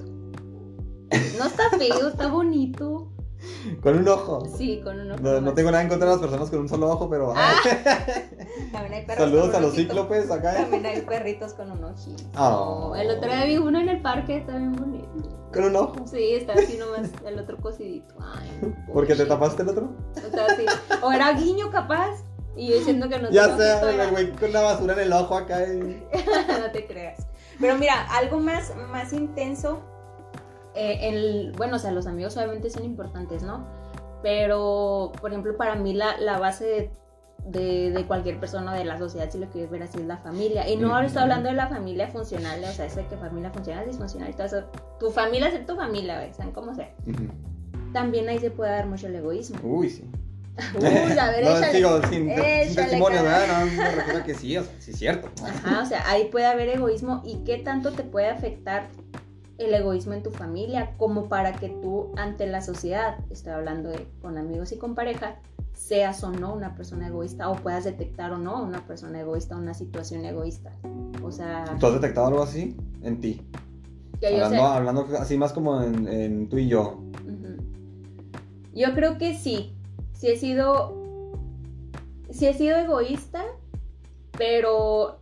No está feo, está bonito. Con un ojo. Sí, con un ojo. No tengo nada en contra de las personas con un solo ojo, pero... También hay perros. Saludos a los cíclopes acá. También hay perritos con un ojito. Oh. El otro día vi uno en el parque, está bien bonito. ¿Con un ojo? Sí, está así nomás, el otro cosidito. Ay, ¿Por qué te tapaste el otro? O sea, sí. O era guiño capaz. Y yo diciendo que no ya sé, el güey con una basura en el ojo acá. No te creas. Pero mira, algo más intenso. Bueno, o sea, los amigos obviamente son importantes, ¿no? Pero, por ejemplo, para mí la base de cualquier persona de la sociedad, si lo quieres ver así, es la familia. Y no ahora estoy hablando de la familia funcional, o sea, eso de que familia funcional, disfuncional y todo eso. Tu familia es tu familia, güey, sean como sea. También ahí se puede dar mucho el egoísmo. Uy, sí. A ver, no, échale. digo, sin testimonio, ¿verdad? No, me refiero a que sí, o sea, sí es cierto. Ajá, o sea, ahí puede haber egoísmo. ¿Y qué tanto te puede afectar el egoísmo en tu familia como para que tú ante la sociedad, estoy hablando de con amigos y con pareja, seas o no una persona egoísta o puedas detectar o no una persona egoísta, una situación egoísta? O sea... ¿Tú has detectado algo así en ti? Hablando así más como en tú y yo. Yo creo que sí he sido egoísta, pero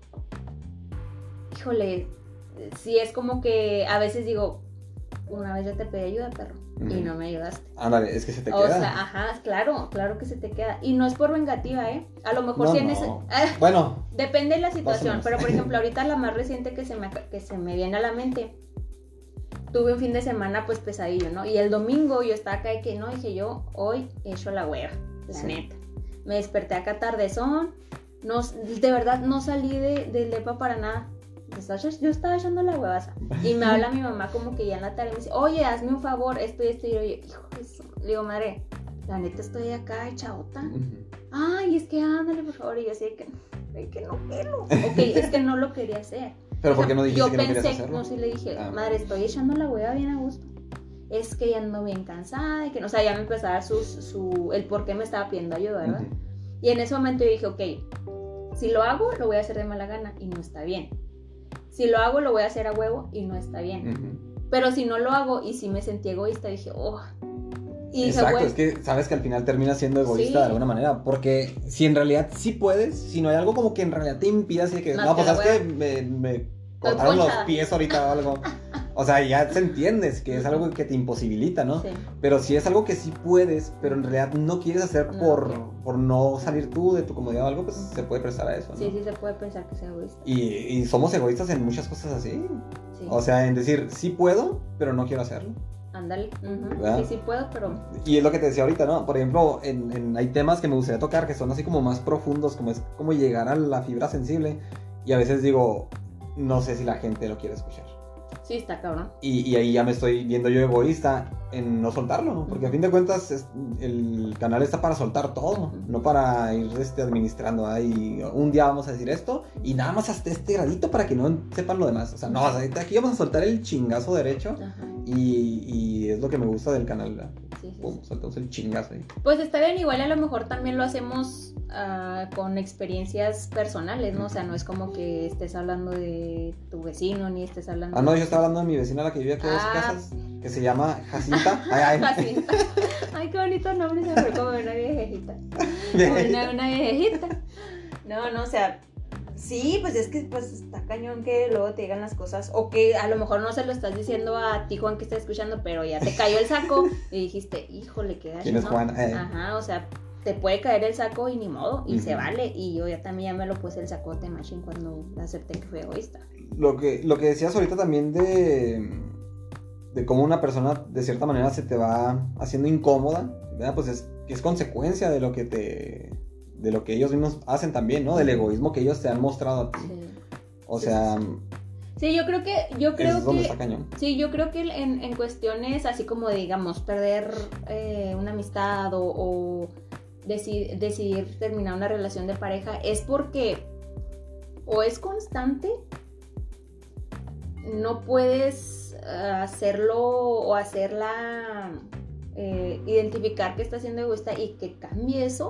híjole, sí es como que a veces digo, una vez ya te pedí ayuda, perro, y no me ayudaste. Ándale, es que se te queda. O sea, ajá, claro que se te queda. Y no es por vengativa, a lo mejor sí en ese... Bueno. Depende de la situación, pero por ejemplo, ahorita la más reciente que se me viene a la mente, tuve un fin de semana pues pesadillo, ¿no? Y el domingo yo estaba acá y que no, dije yo, hoy he hecho la hueva, la neta. Me desperté acá tardezón, de verdad no salí del depa para nada. Yo estaba echando la huevaza. Y me habla mi mamá como que ya en la tarde me dice, oye, hazme un favor, esto y esto. Y yo, hijo de eso. Le digo, madre, la neta estoy acá hecha ota. Ay, es que ándale, por favor. Y yo así que no quiero. Ok, es que no lo quería hacer. ¿Pero por qué no dijiste que no querías hacerlo? No, sí le dije, madre, estoy echando la hueva bien a gusto. Es que ya ando bien cansada y que no, o sea, ya me empezó a dar el por qué me estaba pidiendo ayuda, ¿verdad? Y en ese momento yo dije, ok, si lo hago, lo voy a hacer de mala gana y no está bien. Si lo hago, lo voy a hacer a huevo y no está bien. Pero si no lo hago y si me sentí egoísta, dije, oh. Y dije, exacto, bueno, es que sabes que al final terminas siendo egoísta de alguna manera, porque si en realidad sí puedes, si no hay algo como que en realidad te impida, así de que, no pues sabes que me cortaron los pies ahorita o algo. O sea, ya se entiendes que es algo que te imposibilita, ¿no? Sí. Pero si es algo que sí puedes, pero en realidad no quieres hacer por no salir tú de tu comodidad o algo, pues se puede prestar a eso, ¿no? Sí, sí se puede pensar que sea egoísta. Y somos egoístas en muchas cosas así. Sí. O sea, en decir, sí puedo, pero no quiero hacerlo. Ándale. ¿Verdad? Sí puedo, pero... Y es lo que te decía ahorita, ¿no? Por ejemplo, hay temas que me gustaría tocar que son así como más profundos, como es como llegar a la fibra sensible. Y a veces digo, no sé si la gente lo quiere escuchar. Sí, está cabrón. Y ahí ya me estoy viendo yo egoísta en no soltarlo, ¿no? Porque a fin de cuentas el canal está para soltar todo, no para ir administrando. Ahí un día vamos a decir esto y nada más hasta este gradito para que no sepan lo demás. O sea, no, aquí vamos a soltar el chingazo derecho. Y es lo que me gusta del canal, ¿verdad? Sí. Soltamos el chingazo ahí. Pues está bien, igual a lo mejor también lo hacemos con experiencias personales, ¿no? O sea, no es como que estés hablando de tu vecino, ni estés hablando... no, yo estaba hablando de mi vecina, la que vive aquí a 2 casas, que se llama Jacinta. Jacinta. Ay, qué bonito nombre, se fue como una viejejita. Una viejejita. No, o sea... Sí, pues es que pues está cañón que luego te digan las cosas, o que a lo mejor no se lo estás diciendo a ti, Juan, que estás escuchando, pero ya te cayó el saco y dijiste, híjole, qué gacho, ¿quién es Juan? Ajá, o sea, te puede caer el saco y ni modo, y se vale, y yo ya también me lo puse el sacote machine cuando acepté que fui egoísta. Lo que decías ahorita también de cómo una persona de cierta manera se te va haciendo incómoda, ¿verdad? Pues es consecuencia de lo que ellos mismos hacen también, ¿no? Del egoísmo que ellos te han mostrado a ti. Sí. O sea... Sí, yo creo que... Es donde está cañón. Sí, yo creo que en cuestiones así como, digamos, perder una amistad o decidir terminar una relación de pareja, es porque o es constante, no puedes hacerlo o hacerla... identificar que está siendo egoísta y que cambie eso,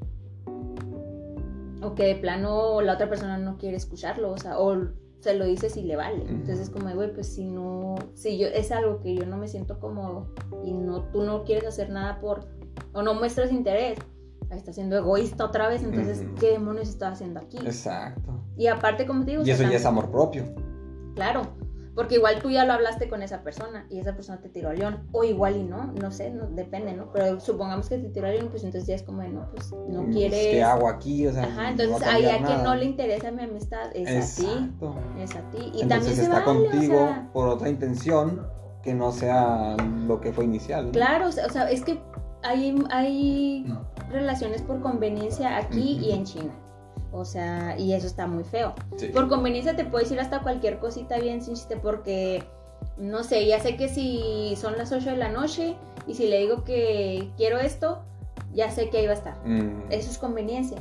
o que de plano la otra persona no quiere escucharlo, o sea, o se lo dices y le vale. Entonces es como, güey, pues si es algo que yo no me siento cómodo y tú no quieres hacer nada o no muestras interés, ahí está siendo egoísta otra vez, entonces, ¿qué demonios estás haciendo aquí? Exacto. Y aparte, como te digo... Y eso ya es amor propio. Claro. Porque igual tú ya lo hablaste con esa persona y esa persona te tiró al león, o igual y no sé, depende, ¿no? Pero supongamos que te tiró al león, pues entonces ya es como de, no, pues no quieres... ¿Qué hago aquí? O sea, ajá, entonces ahí a quien no le interesa mi amistad es exacto. a ti. Es a ti. Y entonces también se está vale, contigo, o sea, por otra intención que no sea lo que fue inicial, ¿no? Claro, o sea, es que hay relaciones por conveniencia aquí y en China. O sea, y eso está muy feo. Sí. Por conveniencia te puedes ir hasta cualquier cosita bien sin chiste, porque, no sé, ya sé que si son las 8 de la noche y si le digo que quiero esto, ya sé que ahí va a estar. Eso es conveniencia.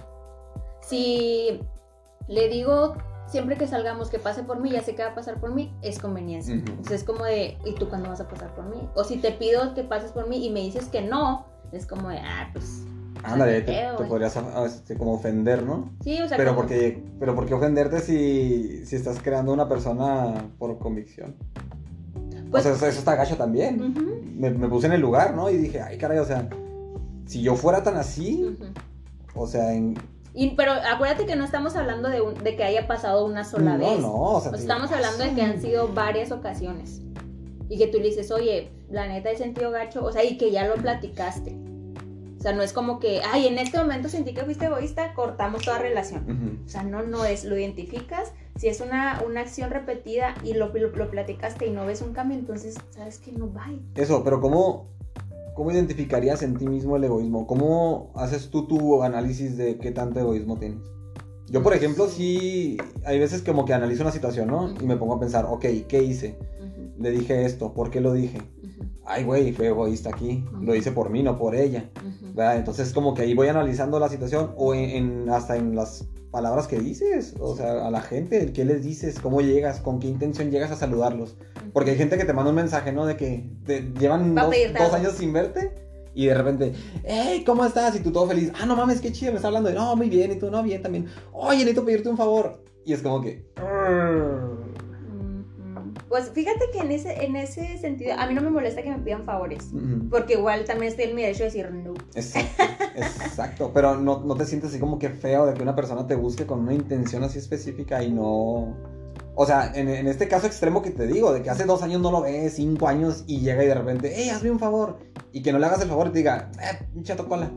Si le digo siempre que salgamos que pase por mí, ya sé que va a pasar por mí, es conveniencia. Entonces es como de, ¿y tú cuándo vas a pasar por mí? O si te pido que pases por mí y me dices que no, es como de, pues... Ándale, te podrías como ofender, ¿no? Sí, o sea, pero ¿por qué ofenderte si estás creando una persona por convicción? Pues, o sea, eso está gacho también. Me puse en el lugar, ¿no? Y dije, ay, caray, o sea, si yo fuera tan así, o sea, pero acuérdate que no estamos hablando de que haya pasado una sola vez. No, o sea, estamos hablando de que han sido varias ocasiones. Y que tú le dices, oye, la neta he sentido gacho, o sea, y que ya lo platicaste. O sea, no es como que, ay, en este momento sentí que fuiste egoísta, cortamos toda relación. O sea, no es, lo identificas. Si es una acción repetida y lo platicaste y no ves un cambio, entonces sabes que no va. Eso, pero ¿cómo identificarías en ti mismo el egoísmo? ¿Cómo haces tú tu análisis de qué tanto egoísmo tienes? Yo, por ejemplo, sí, hay veces como que analizo una situación, ¿no? Y me pongo a pensar, ok, ¿qué hice? Le dije esto, ¿por qué lo dije? Ay, güey, fue egoísta aquí, lo hice por mí, no por ella, ¿verdad? Entonces como que ahí voy analizando la situación, o hasta en las palabras que dices, o sea, a la gente, ¿qué les dices? ¿Cómo llegas? ¿Con qué intención llegas a saludarlos? Porque hay gente que te manda un mensaje, ¿no? De que llevan dos años sin verte, y de repente, hey, ¿cómo estás? Y tú todo feliz, no mames, qué chido, me está hablando, no, muy bien, y tú, no, bien también, oye, necesito pedirte un favor, y es como que... Pues fíjate que en ese sentido, a mí no me molesta que me pidan favores, porque igual también estoy en mi derecho de decir no. Exacto, pero no te sientes así como que feo de que una persona te busque con una intención así específica y no... O sea, en este caso extremo que te digo, de que hace 2 años no lo ves, 5 años, y llega y de repente, hey, hazme un favor, y que no le hagas el favor y te diga, chato cola.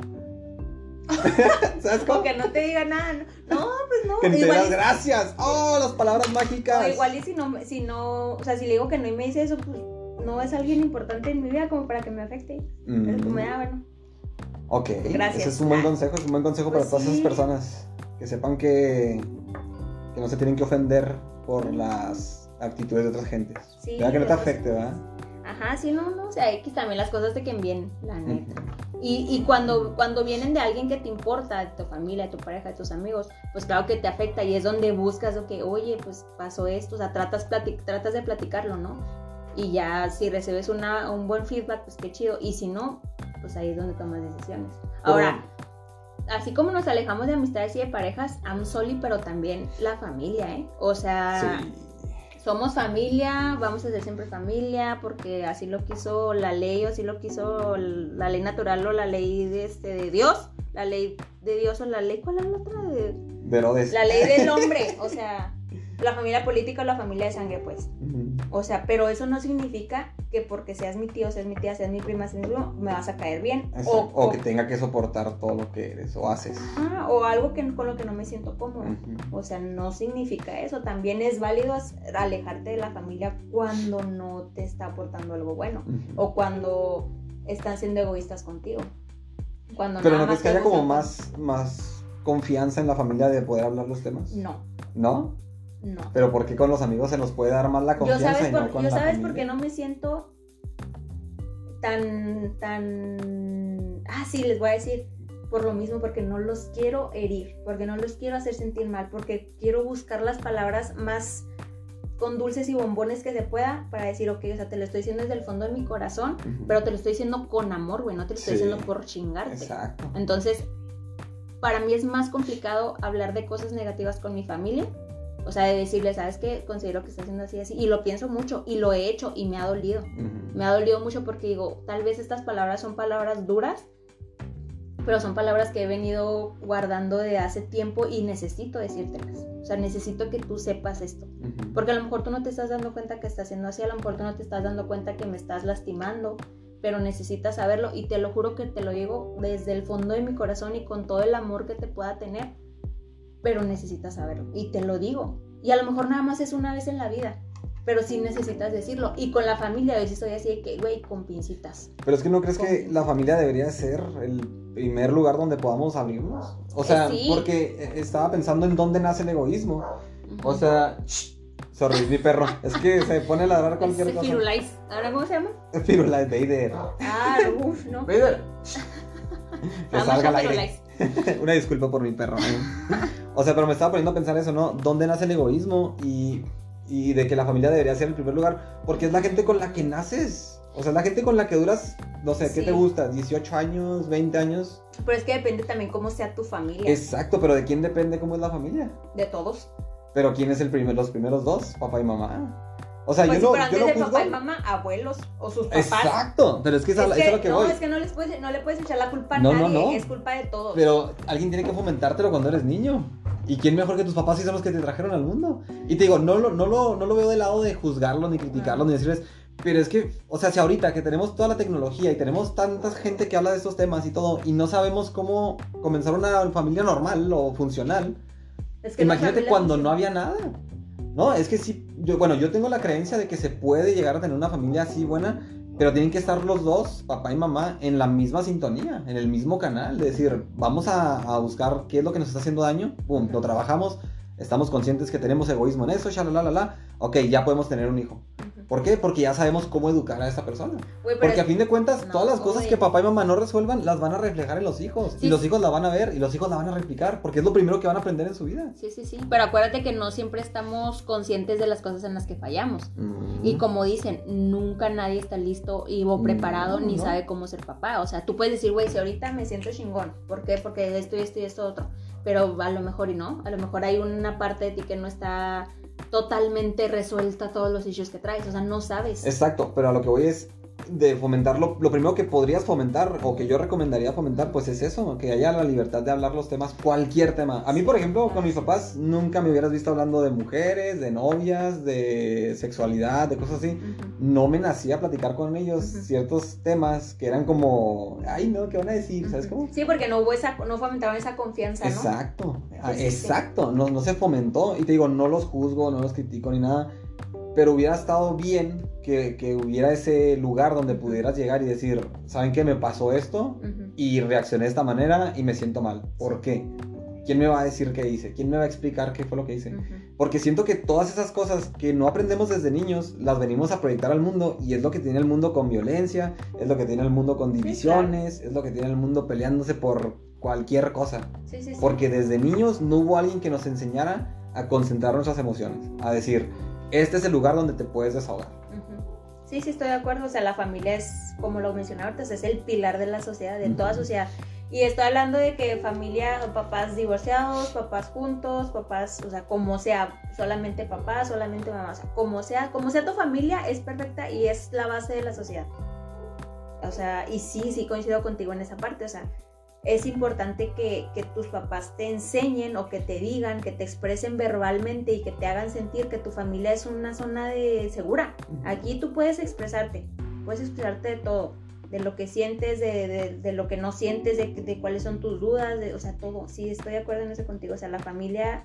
¿Sabes cómo? O que no te diga nada, no, pues no. Que te igual digas gracias, las palabras mágicas. O igual y si no, o sea, si le digo que no y me dice eso, pues no es alguien importante en mi vida como para que me afecte. Pero como bueno. Ok, gracias. Ese es un buen consejo, Pues para todas esas personas. Que sepan que no se tienen que ofender por las actitudes de otras gentes. Sí, ¿Verdad? Que no te afecte, ¿verdad? Ajá, sí, no, o sea, X también las cosas te queden bien, la neta. Y cuando vienen de alguien que te importa, de tu familia, de tu pareja, de tus amigos, pues claro que te afecta y es donde buscas lo que, oye, pues pasó esto, o sea, tratas de platicarlo, ¿no? Y ya si recibes un buen feedback, pues qué chido, y si no, pues ahí es donde tomas decisiones. Ahora, así como nos alejamos de amistades y de parejas, I'm sorry, pero también la familia, ¿eh? O sea... Sí. Somos familia, vamos a ser siempre familia, porque así lo quiso la ley, o así lo quiso la ley natural o la ley de Dios, la ley de Dios o la ley, ¿cuál es la otra? De Herodes. La ley del hombre, o sea, la familia política o la familia de sangre, pues. O sea, pero eso no significa que porque seas mi tío, seas mi tía, seas mi prima, seas mi primo, me vas a caer bien. O que tenga que soportar todo lo que eres o haces. O algo con lo que no me siento cómoda. O sea, no significa eso. También es válido alejarte de la familia cuando no te está aportando algo bueno. O cuando están siendo egoístas contigo. Pero ¿no crees que haya como más confianza en la familia de poder hablar los temas? No. ¿No? No. Pero ¿por qué con los amigos se nos puede dar más la confianza y no con la familia? ¿Por qué no me siento tan... sí, les voy a decir, por lo mismo, porque no los quiero herir, porque no los quiero hacer sentir mal, porque quiero buscar las palabras más con dulces y bombones que se pueda para decir, ok, o sea, te lo estoy diciendo desde el fondo de mi corazón, pero te lo estoy diciendo con amor, güey, no te lo estoy diciendo por chingarte. Exacto. Entonces, para mí es más complicado hablar de cosas negativas con mi familia. O sea, de decirle, ¿sabes qué? Considero que está haciendo así, así. Y lo pienso mucho, y lo he hecho, y me ha dolido. Me ha dolido mucho porque digo, tal vez estas palabras son palabras duras, pero son palabras que he venido guardando de hace tiempo y necesito decírtelas. O sea, necesito que tú sepas esto. Porque a lo mejor tú no te estás dando cuenta que estás haciendo así, a lo mejor tú no te estás dando cuenta que me estás lastimando, pero necesitas saberlo, y te lo juro que te lo digo desde el fondo de mi corazón y con todo el amor que te pueda tener. Pero necesitas saberlo, y te lo digo, y a lo mejor nada más es una vez en la vida, pero sí necesitas decirlo. Y con la familia a veces estoy así de que, güey, con pincitas. Pero es que ¿no crees que la familia debería ser el primer lugar donde podamos abrirnos? O sea, sí. Porque estaba pensando en dónde nace el egoísmo. O sea, sorry, mi perro, es que se pone a ladrar cualquier cosa. Firulais, ¿ahora cómo se llama? Firulais, Vader. No. Vader. Que salga al aire. Una disculpa por mi perro. O sea, pero me estaba poniendo a pensar eso, ¿no? ¿Dónde nace el egoísmo? Y de que la familia debería ser el primer lugar. Porque es la gente con la que naces. O sea, es la gente con la que duras, no sé, ¿qué te gusta? 18 años, 20 años. Pero es que depende también cómo sea tu familia. Exacto, pero ¿de quién depende cómo es la familia? De todos. Pero ¿quién es los primeros dos? Papá y mamá. O sea, pues yo sí, pero antes de juzgo... papá y mamá, abuelos o sus papás. Exacto, pero es que eso es lo que voy. No, es que no le puedes echar la culpa a nadie, no. Es culpa de todos. Pero alguien tiene que fomentártelo cuando eres niño. ¿Y quién mejor que tus papás si son los que te trajeron al mundo? Y te digo, no lo veo del lado de juzgarlos, ni criticarlos, ni decirles... Pero es que, o sea, si ahorita que tenemos toda la tecnología y tenemos tanta gente que habla de estos temas y todo, y no sabemos cómo comenzar una familia normal o funcional, es que imagínate cuando no había nada. No, es que sí, yo tengo la creencia de que se puede llegar a tener una familia así buena, pero tienen que estar los dos, papá y mamá, en la misma sintonía, en el mismo canal, de decir, vamos a buscar qué es lo que nos está haciendo daño, pum, lo trabajamos, estamos conscientes que tenemos egoísmo en eso, ok, ya podemos tener un hijo. ¿Por qué? Porque ya sabemos cómo educar a esa persona. Porque a fin de cuentas, todas las cosas que papá y mamá no resuelvan, las van a reflejar en los hijos. Sí. Y los hijos la van a ver, y los hijos la van a replicar, porque es lo primero que van a aprender en su vida. Sí. Pero acuérdate que no siempre estamos conscientes de las cosas en las que fallamos. Y como dicen, nunca nadie está listo o preparado ni sabe cómo ser papá. O sea, tú puedes decir, güey, si ahorita me siento chingón. ¿Por qué? Porque esto y esto y esto otro. pero a lo mejor y no, a lo mejor hay una parte de ti que no está totalmente resuelta todos los issues que traes, o sea, no sabes. Exacto, pero a lo que voy es de fomentarlo. Lo primero que podrías fomentar o que yo recomendaría fomentar pues es eso, que haya la libertad de hablar los temas, cualquier tema. A mí, por ejemplo, con mis papás nunca me hubieras visto hablando de mujeres, de novias, de sexualidad, de cosas así. No me nacía platicar con ellos ciertos temas que eran como, ay no, ¿qué van a decir? ¿Sabes cómo? Sí, porque no fomentaban esa confianza, ¿no? Exacto, Sí. exacto, no se fomentó. Y te digo, no los juzgo, no los critico ni nada, pero hubiera estado bien que hubiera ese lugar donde pudieras llegar y decir, ¿saben qué? Me pasó esto y reaccioné de esta manera y me siento mal. ¿Por qué? ¿Quién me va a decir qué hice? ¿Quién me va a explicar qué fue lo que hice? Porque siento que todas esas cosas que no aprendemos desde niños, las venimos a proyectar al mundo, y es lo que tiene el mundo con violencia, es lo que tiene el mundo con divisiones, sí, claro. Es lo que tiene el mundo peleándose por cualquier cosa. Sí. Porque desde niños no hubo alguien que nos enseñara a concentrar nuestras emociones, a decir, este es el lugar donde te puedes desahogar. Sí, estoy de acuerdo. O sea, la familia es, como lo mencionaba antes, es el pilar de la sociedad, de toda sociedad. Y estoy hablando de que familia, papás divorciados, papás juntos, papás, o sea, como sea, solamente papá, solamente mamá, o sea, como sea tu familia es perfecta y es la base de la sociedad. O sea, y sí coincido contigo en esa parte, o sea, es importante que tus papás te enseñen o que te digan, que te expresen verbalmente y que te hagan sentir que tu familia es una zona segura. Aquí tú puedes expresarte de todo, de lo que sientes, de lo que no sientes, de cuáles son tus dudas, o sea, todo. Sí, estoy de acuerdo en eso contigo. O sea, la familia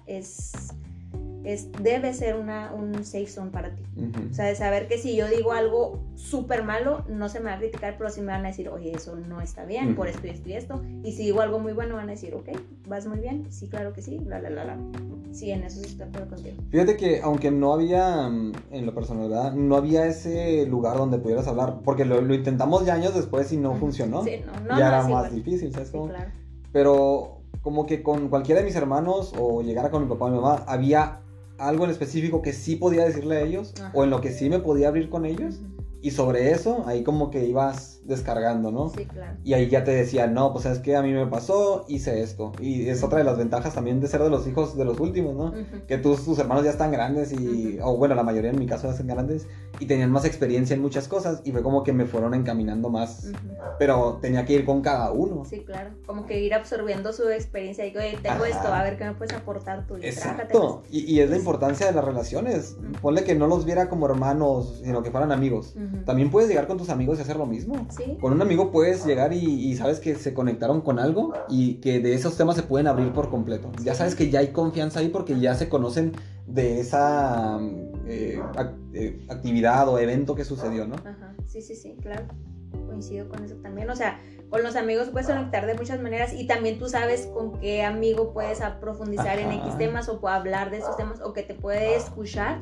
debe ser un safe zone para ti. O sea, de saber que si yo digo algo súper malo, no se me va a criticar, pero sí me van a decir, oye, eso no está bien, por esto y esto y esto. Y si digo algo muy bueno, van a decir, ok, vas muy bien, sí, claro que sí, bla. Sí, en eso sí estoy de acuerdo contigo. Fíjate que aunque no había, en lo personal, ¿verdad? No había ese lugar donde pudieras hablar, porque lo intentamos ya años después y no funcionó. Sí, no, ya era sí, más difícil, ¿sabes cómo? Sí, claro. Pero como que con cualquiera de mis hermanos o llegara con mi papá o mi mamá, había algo en específico que sí podía decirle a ellos, o en lo que sí me podía abrir con ellos, y sobre eso, ahí como que ibas descargando, ¿no? Sí, claro. Y ahí ya te decía, no, pues es que a mí me pasó, hice esto. Y es otra de las ventajas también de ser de los hijos de los últimos, ¿no? Que tus hermanos ya están grandes y, o bueno, la mayoría en mi caso ya están grandes y tenían más experiencia en muchas cosas, y fue como que me fueron encaminando más, pero tenía que ir con cada uno. Sí, claro, como que ir absorbiendo su experiencia y oye, tengo esto, a ver qué me puedes aportar tú. Exacto, y es la importancia de las relaciones. Ponle que no los viera como hermanos, sino que fueran amigos. También puedes llegar con tus amigos y hacer lo mismo. ¿Sí? Con un amigo puedes llegar y sabes que se conectaron con algo y que de esos temas se pueden abrir por completo. Sí. Ya sabes que ya hay confianza ahí porque ya se conocen de esa actividad o evento que sucedió, ¿no? Ajá, sí, claro. Coincido con eso también. O sea, con los amigos puedes conectar de muchas maneras y también tú sabes con qué amigo puedes profundizar en X temas o hablar de esos temas o que te puede escuchar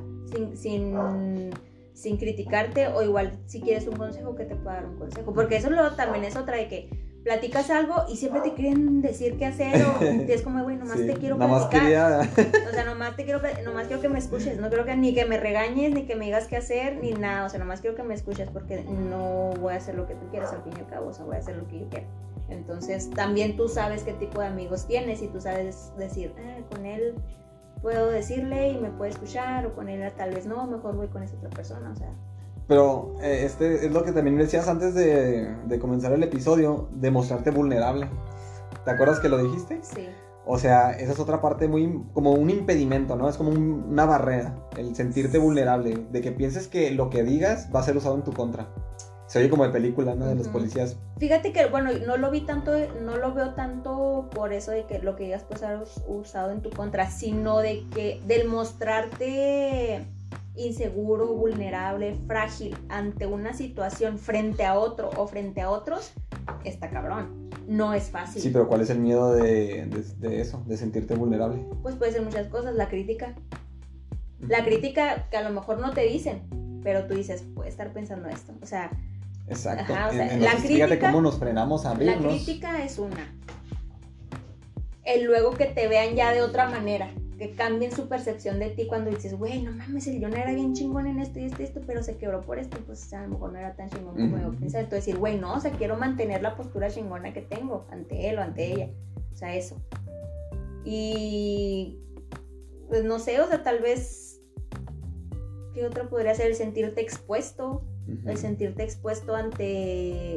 sin criticarte, o igual si quieres un consejo que te pueda dar un consejo, porque eso también es otra de que platicas algo y siempre te quieren decir qué hacer o es como, güey, nomás te quiero platicar. O sea, nomás quiero que me escuches, no quiero ni que me regañes, ni que me digas qué hacer, ni nada, o sea, nomás quiero que me escuches porque no voy a hacer lo que tú quieras al fin y al cabo, o sea, voy a hacer lo que yo quiero. Entonces, también tú sabes qué tipo de amigos tienes y tú sabes decir, con él puedo decirle y me puede escuchar, o con él tal vez no, mejor voy con esa otra persona, o sea. Pero es lo que también me decías antes de comenzar el episodio, de mostrarte vulnerable. ¿Te acuerdas que lo dijiste? Sí. O sea, esa es otra parte muy, como un impedimento, ¿no? Es como una barrera, el sentirte vulnerable, de que pienses que lo que digas va a ser usado en tu contra. Se oye como de película, ¿no? De los policías. Fíjate que, bueno, no lo veo tanto por eso de que lo que digas puede ser usado en tu contra, sino de que del mostrarte inseguro, vulnerable, frágil ante una situación frente a otro o frente a otros, está cabrón. No es fácil. Sí, pero ¿cuál es el miedo de eso, de sentirte vulnerable? Pues puede ser muchas cosas, la crítica. La crítica que a lo mejor no te dicen, pero tú dices, puede estar pensando esto, o sea. Exacto. Ajá, o sea, la crítica, fíjate cómo nos frenamos a abrirnos. La crítica es una. El luego que te vean ya de otra manera, que cambien su percepción de ti cuando dices, güey, no mames, el Jonah era bien chingón en esto y esto, pero se quebró por esto, pues o sea, a lo mejor no era tan chingón como yo pensaba. Entonces decir, güey, no, o sea, quiero mantener la postura chingona que tengo ante él o ante ella. O sea, eso. Y pues no sé, o sea, tal vez, ¿qué otra podría ser? El sentirte expuesto, el sentirte expuesto ante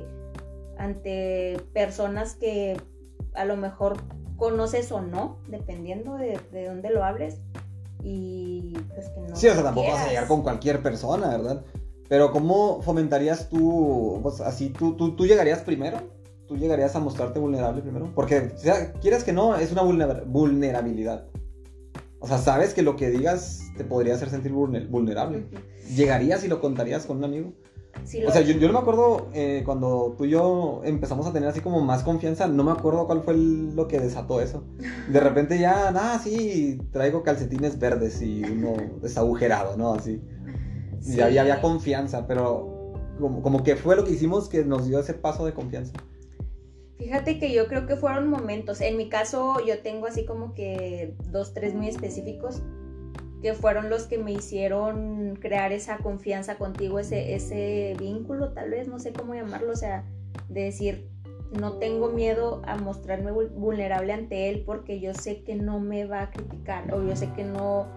personas que a lo mejor conoces o no, dependiendo de dónde lo hables, y pues que no. Sí, o sea, tampoco vas a llegar con cualquier persona, ¿verdad? Pero ¿cómo fomentarías tú, pues así, tú llegarías primero? ¿Tú llegarías a mostrarte vulnerable primero? Porque, o sea, quieras que no, es una vulnerabilidad. O sea, sabes que lo que digas te podría hacer sentir vulnerable. ¿Llegarías y lo contarías con un amigo? Sí, o sea, yo no me acuerdo cuando tú y yo empezamos a tener así como más confianza, no me acuerdo cuál fue lo que desató eso. De repente ya, sí, traigo calcetines verdes y uno desagujerado, ¿no? Así. Sí. Ya había confianza, pero como que fue lo que hicimos que nos dio ese paso de confianza. Fíjate que yo creo que fueron momentos. En mi caso yo tengo así como que 2, 3 muy específicos que fueron los que me hicieron crear esa confianza contigo, ese vínculo, tal vez, no sé cómo llamarlo, o sea, de decir, no tengo miedo a mostrarme vulnerable ante él porque yo sé que no me va a criticar o yo sé que no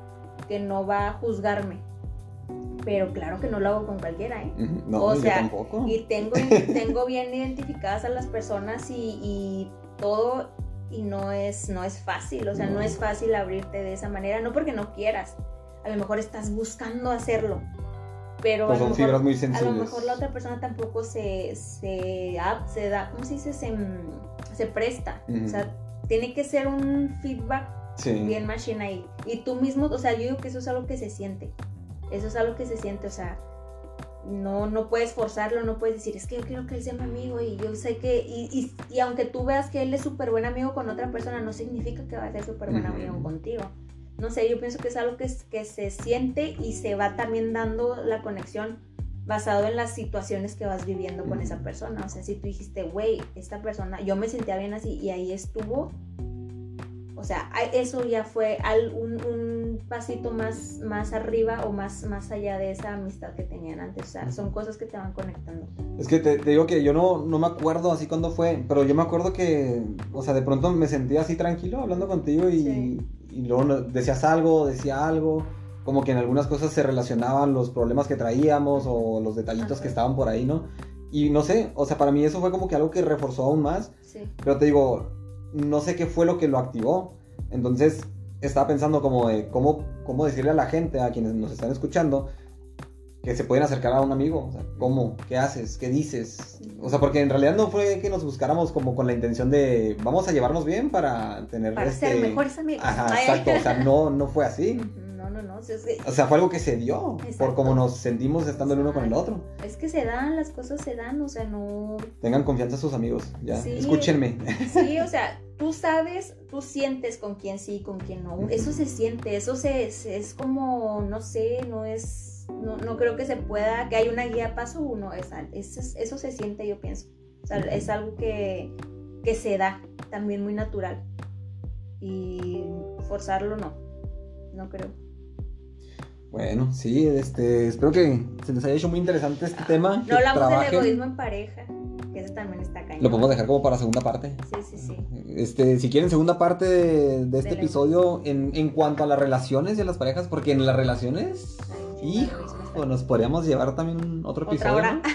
va a juzgarme. Pero claro que no lo hago con cualquiera, ¿eh? No, o sea, yo tampoco. Y tengo bien identificadas a las personas y todo, y no es fácil, o sea, no es fácil abrirte de esa manera, no porque no quieras, a lo mejor estás buscando hacerlo, pero pues son fibras muy sensibles. A lo mejor la otra persona tampoco se da, ¿cómo se dice? Se presta, o sea, tiene que ser un feedback bien machine ahí, y tú mismo, o sea, yo digo que eso es algo que se siente. Eso es algo que se siente, o sea, no puedes forzarlo, no puedes decir, es que yo quiero que él sea mi amigo y yo sé que, y aunque tú veas que él es súper buen amigo con otra persona, no significa que va a ser súper buen amigo contigo. No sé, yo pienso que es algo que se siente y se va también dando la conexión basado en las situaciones que vas viviendo con esa persona. O sea, si tú dijiste, güey, esta persona, yo me sentía bien así y ahí estuvo. O sea, eso ya fue un pasito más arriba o más allá de esa amistad que tenían antes. O sea, son cosas que te van conectando. Es que te digo que yo no me acuerdo así cuándo fue, pero yo me acuerdo que, o sea, de pronto me sentía así tranquilo hablando contigo y luego decía algo, como que en algunas cosas se relacionaban los problemas que traíamos o los detallitos que estaban por ahí, ¿no? Y no sé, o sea, para mí eso fue como que algo que reforzó aún más. Sí. Pero te digo, no sé qué fue lo que lo activó. Entonces estaba pensando como de cómo decirle a la gente, a quienes nos están escuchando, que se pueden acercar a un amigo. O sea, ¿cómo? ¿Qué haces? ¿Qué dices? O sea, porque en realidad no fue que nos buscáramos como con la intención de vamos a llevarnos bien para tener ser mejores amigos. Ajá, exacto. O sea, no fue así. No. O sea, fue algo que se dio. Exacto. Por cómo nos sentimos estando el uno con el otro. Es que las cosas se dan, o sea, no... Tengan confianza a sus amigos, ya. Sí, escúchenme. Sí, o sea, tú sabes, tú sientes con quién sí y con quién no. Eso se siente, eso es como, no sé, no creo que se pueda, que hay una guía paso uno. Eso se siente, yo pienso. O sea, es algo que se da también muy natural. Y forzarlo no creo. Bueno, sí, espero que se les haya hecho muy interesante este tema. No hablamos del egoísmo en pareja, que eso también está cañón. Lo podemos dejar como para segunda parte. Sí. Si quieren segunda parte de este episodio en cuanto a las relaciones de las parejas, porque en las relaciones, nos podríamos llevar también otro episodio. Otra hora.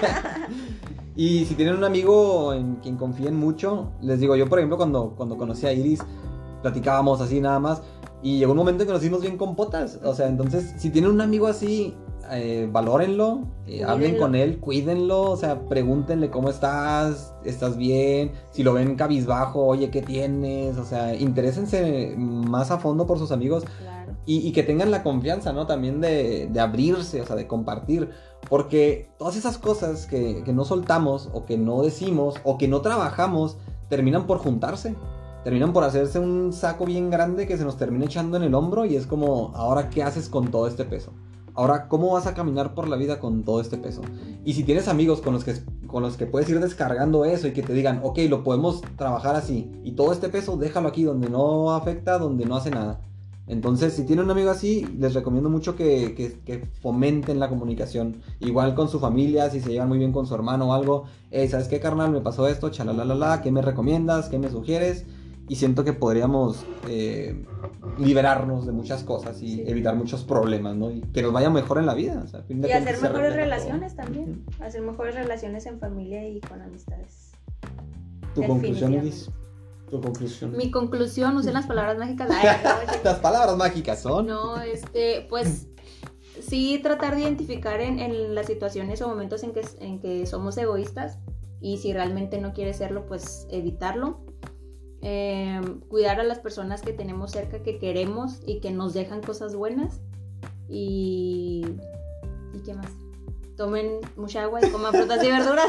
Y si tienen un amigo en quien confíen mucho, les digo, yo por ejemplo cuando conocí a Iris, platicábamos así nada más. Y llegó un momento en que nos hicimos bien compotas. O sea, entonces, si tienen un amigo así, valórenlo, hablen con él, cuídenlo. O sea, pregúntenle cómo estás bien. Si lo ven cabizbajo, oye, ¿qué tienes? O sea, interésense más a fondo por sus amigos. Claro. Y que tengan la confianza, ¿no? También de abrirse, o sea, de compartir. Porque todas esas cosas que no soltamos, o que no decimos, o que no trabajamos, terminan por juntarse. Terminan por hacerse un saco bien grande que se nos termina echando en el hombro y es como, ¿ahora qué haces con todo este peso? Ahora, ¿cómo vas a caminar por la vida con todo este peso? Y si tienes amigos con los que puedes ir descargando eso y que te digan, ok, lo podemos trabajar así y todo este peso déjalo aquí donde no afecta, donde no hace nada. Entonces, si tienen un amigo así, les recomiendo mucho que fomenten la comunicación. Igual con su familia, si se llevan muy bien con su hermano o algo. ¿Sabes qué, carnal? Me pasó esto, chalalalala, ¿qué me recomiendas? ¿Qué me sugieres? y siento que podríamos liberarnos de muchas cosas y evitar muchos problemas, ¿no? Y que nos vaya mejor en la vida. O sea, a fin de Y cuentas, hacer se mejores arregla relaciones todo. también. Hacer mejores relaciones en familia y con amistades. ¿Tu conclusión, Definitivamente. Iris? ¿Tu conclusión? Mi conclusión, usé las palabras mágicas. Ay, Las palabras mágicas son... no, pues sí tratar de identificar en las situaciones o momentos en que somos egoístas, y si realmente no quieres serlo, pues evitarlo. Cuidar a las personas que tenemos cerca, que queremos y que nos dejan cosas buenas. ¿Y qué más? Tomen mucha agua y coman frutas y verduras.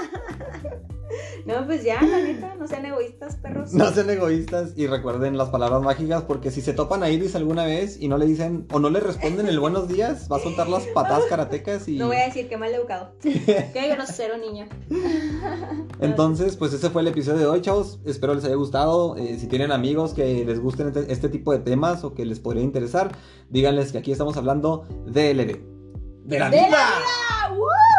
No, pues ya, la neta, no sean egoístas, perros. No sean egoístas y recuerden las palabras mágicas, porque si se topan a Iris alguna vez y no le dicen o no le responden el buenos días, va a soltar las patadas karatecas y... No voy a decir que mal educado. Qué grosero, niño. Entonces, pues ese fue el episodio de hoy, chavos. Espero les haya gustado. Si tienen amigos que les gusten este tipo de temas o que les podría interesar, díganles que aquí estamos hablando de LB. ¡De la vida! ¡Uh!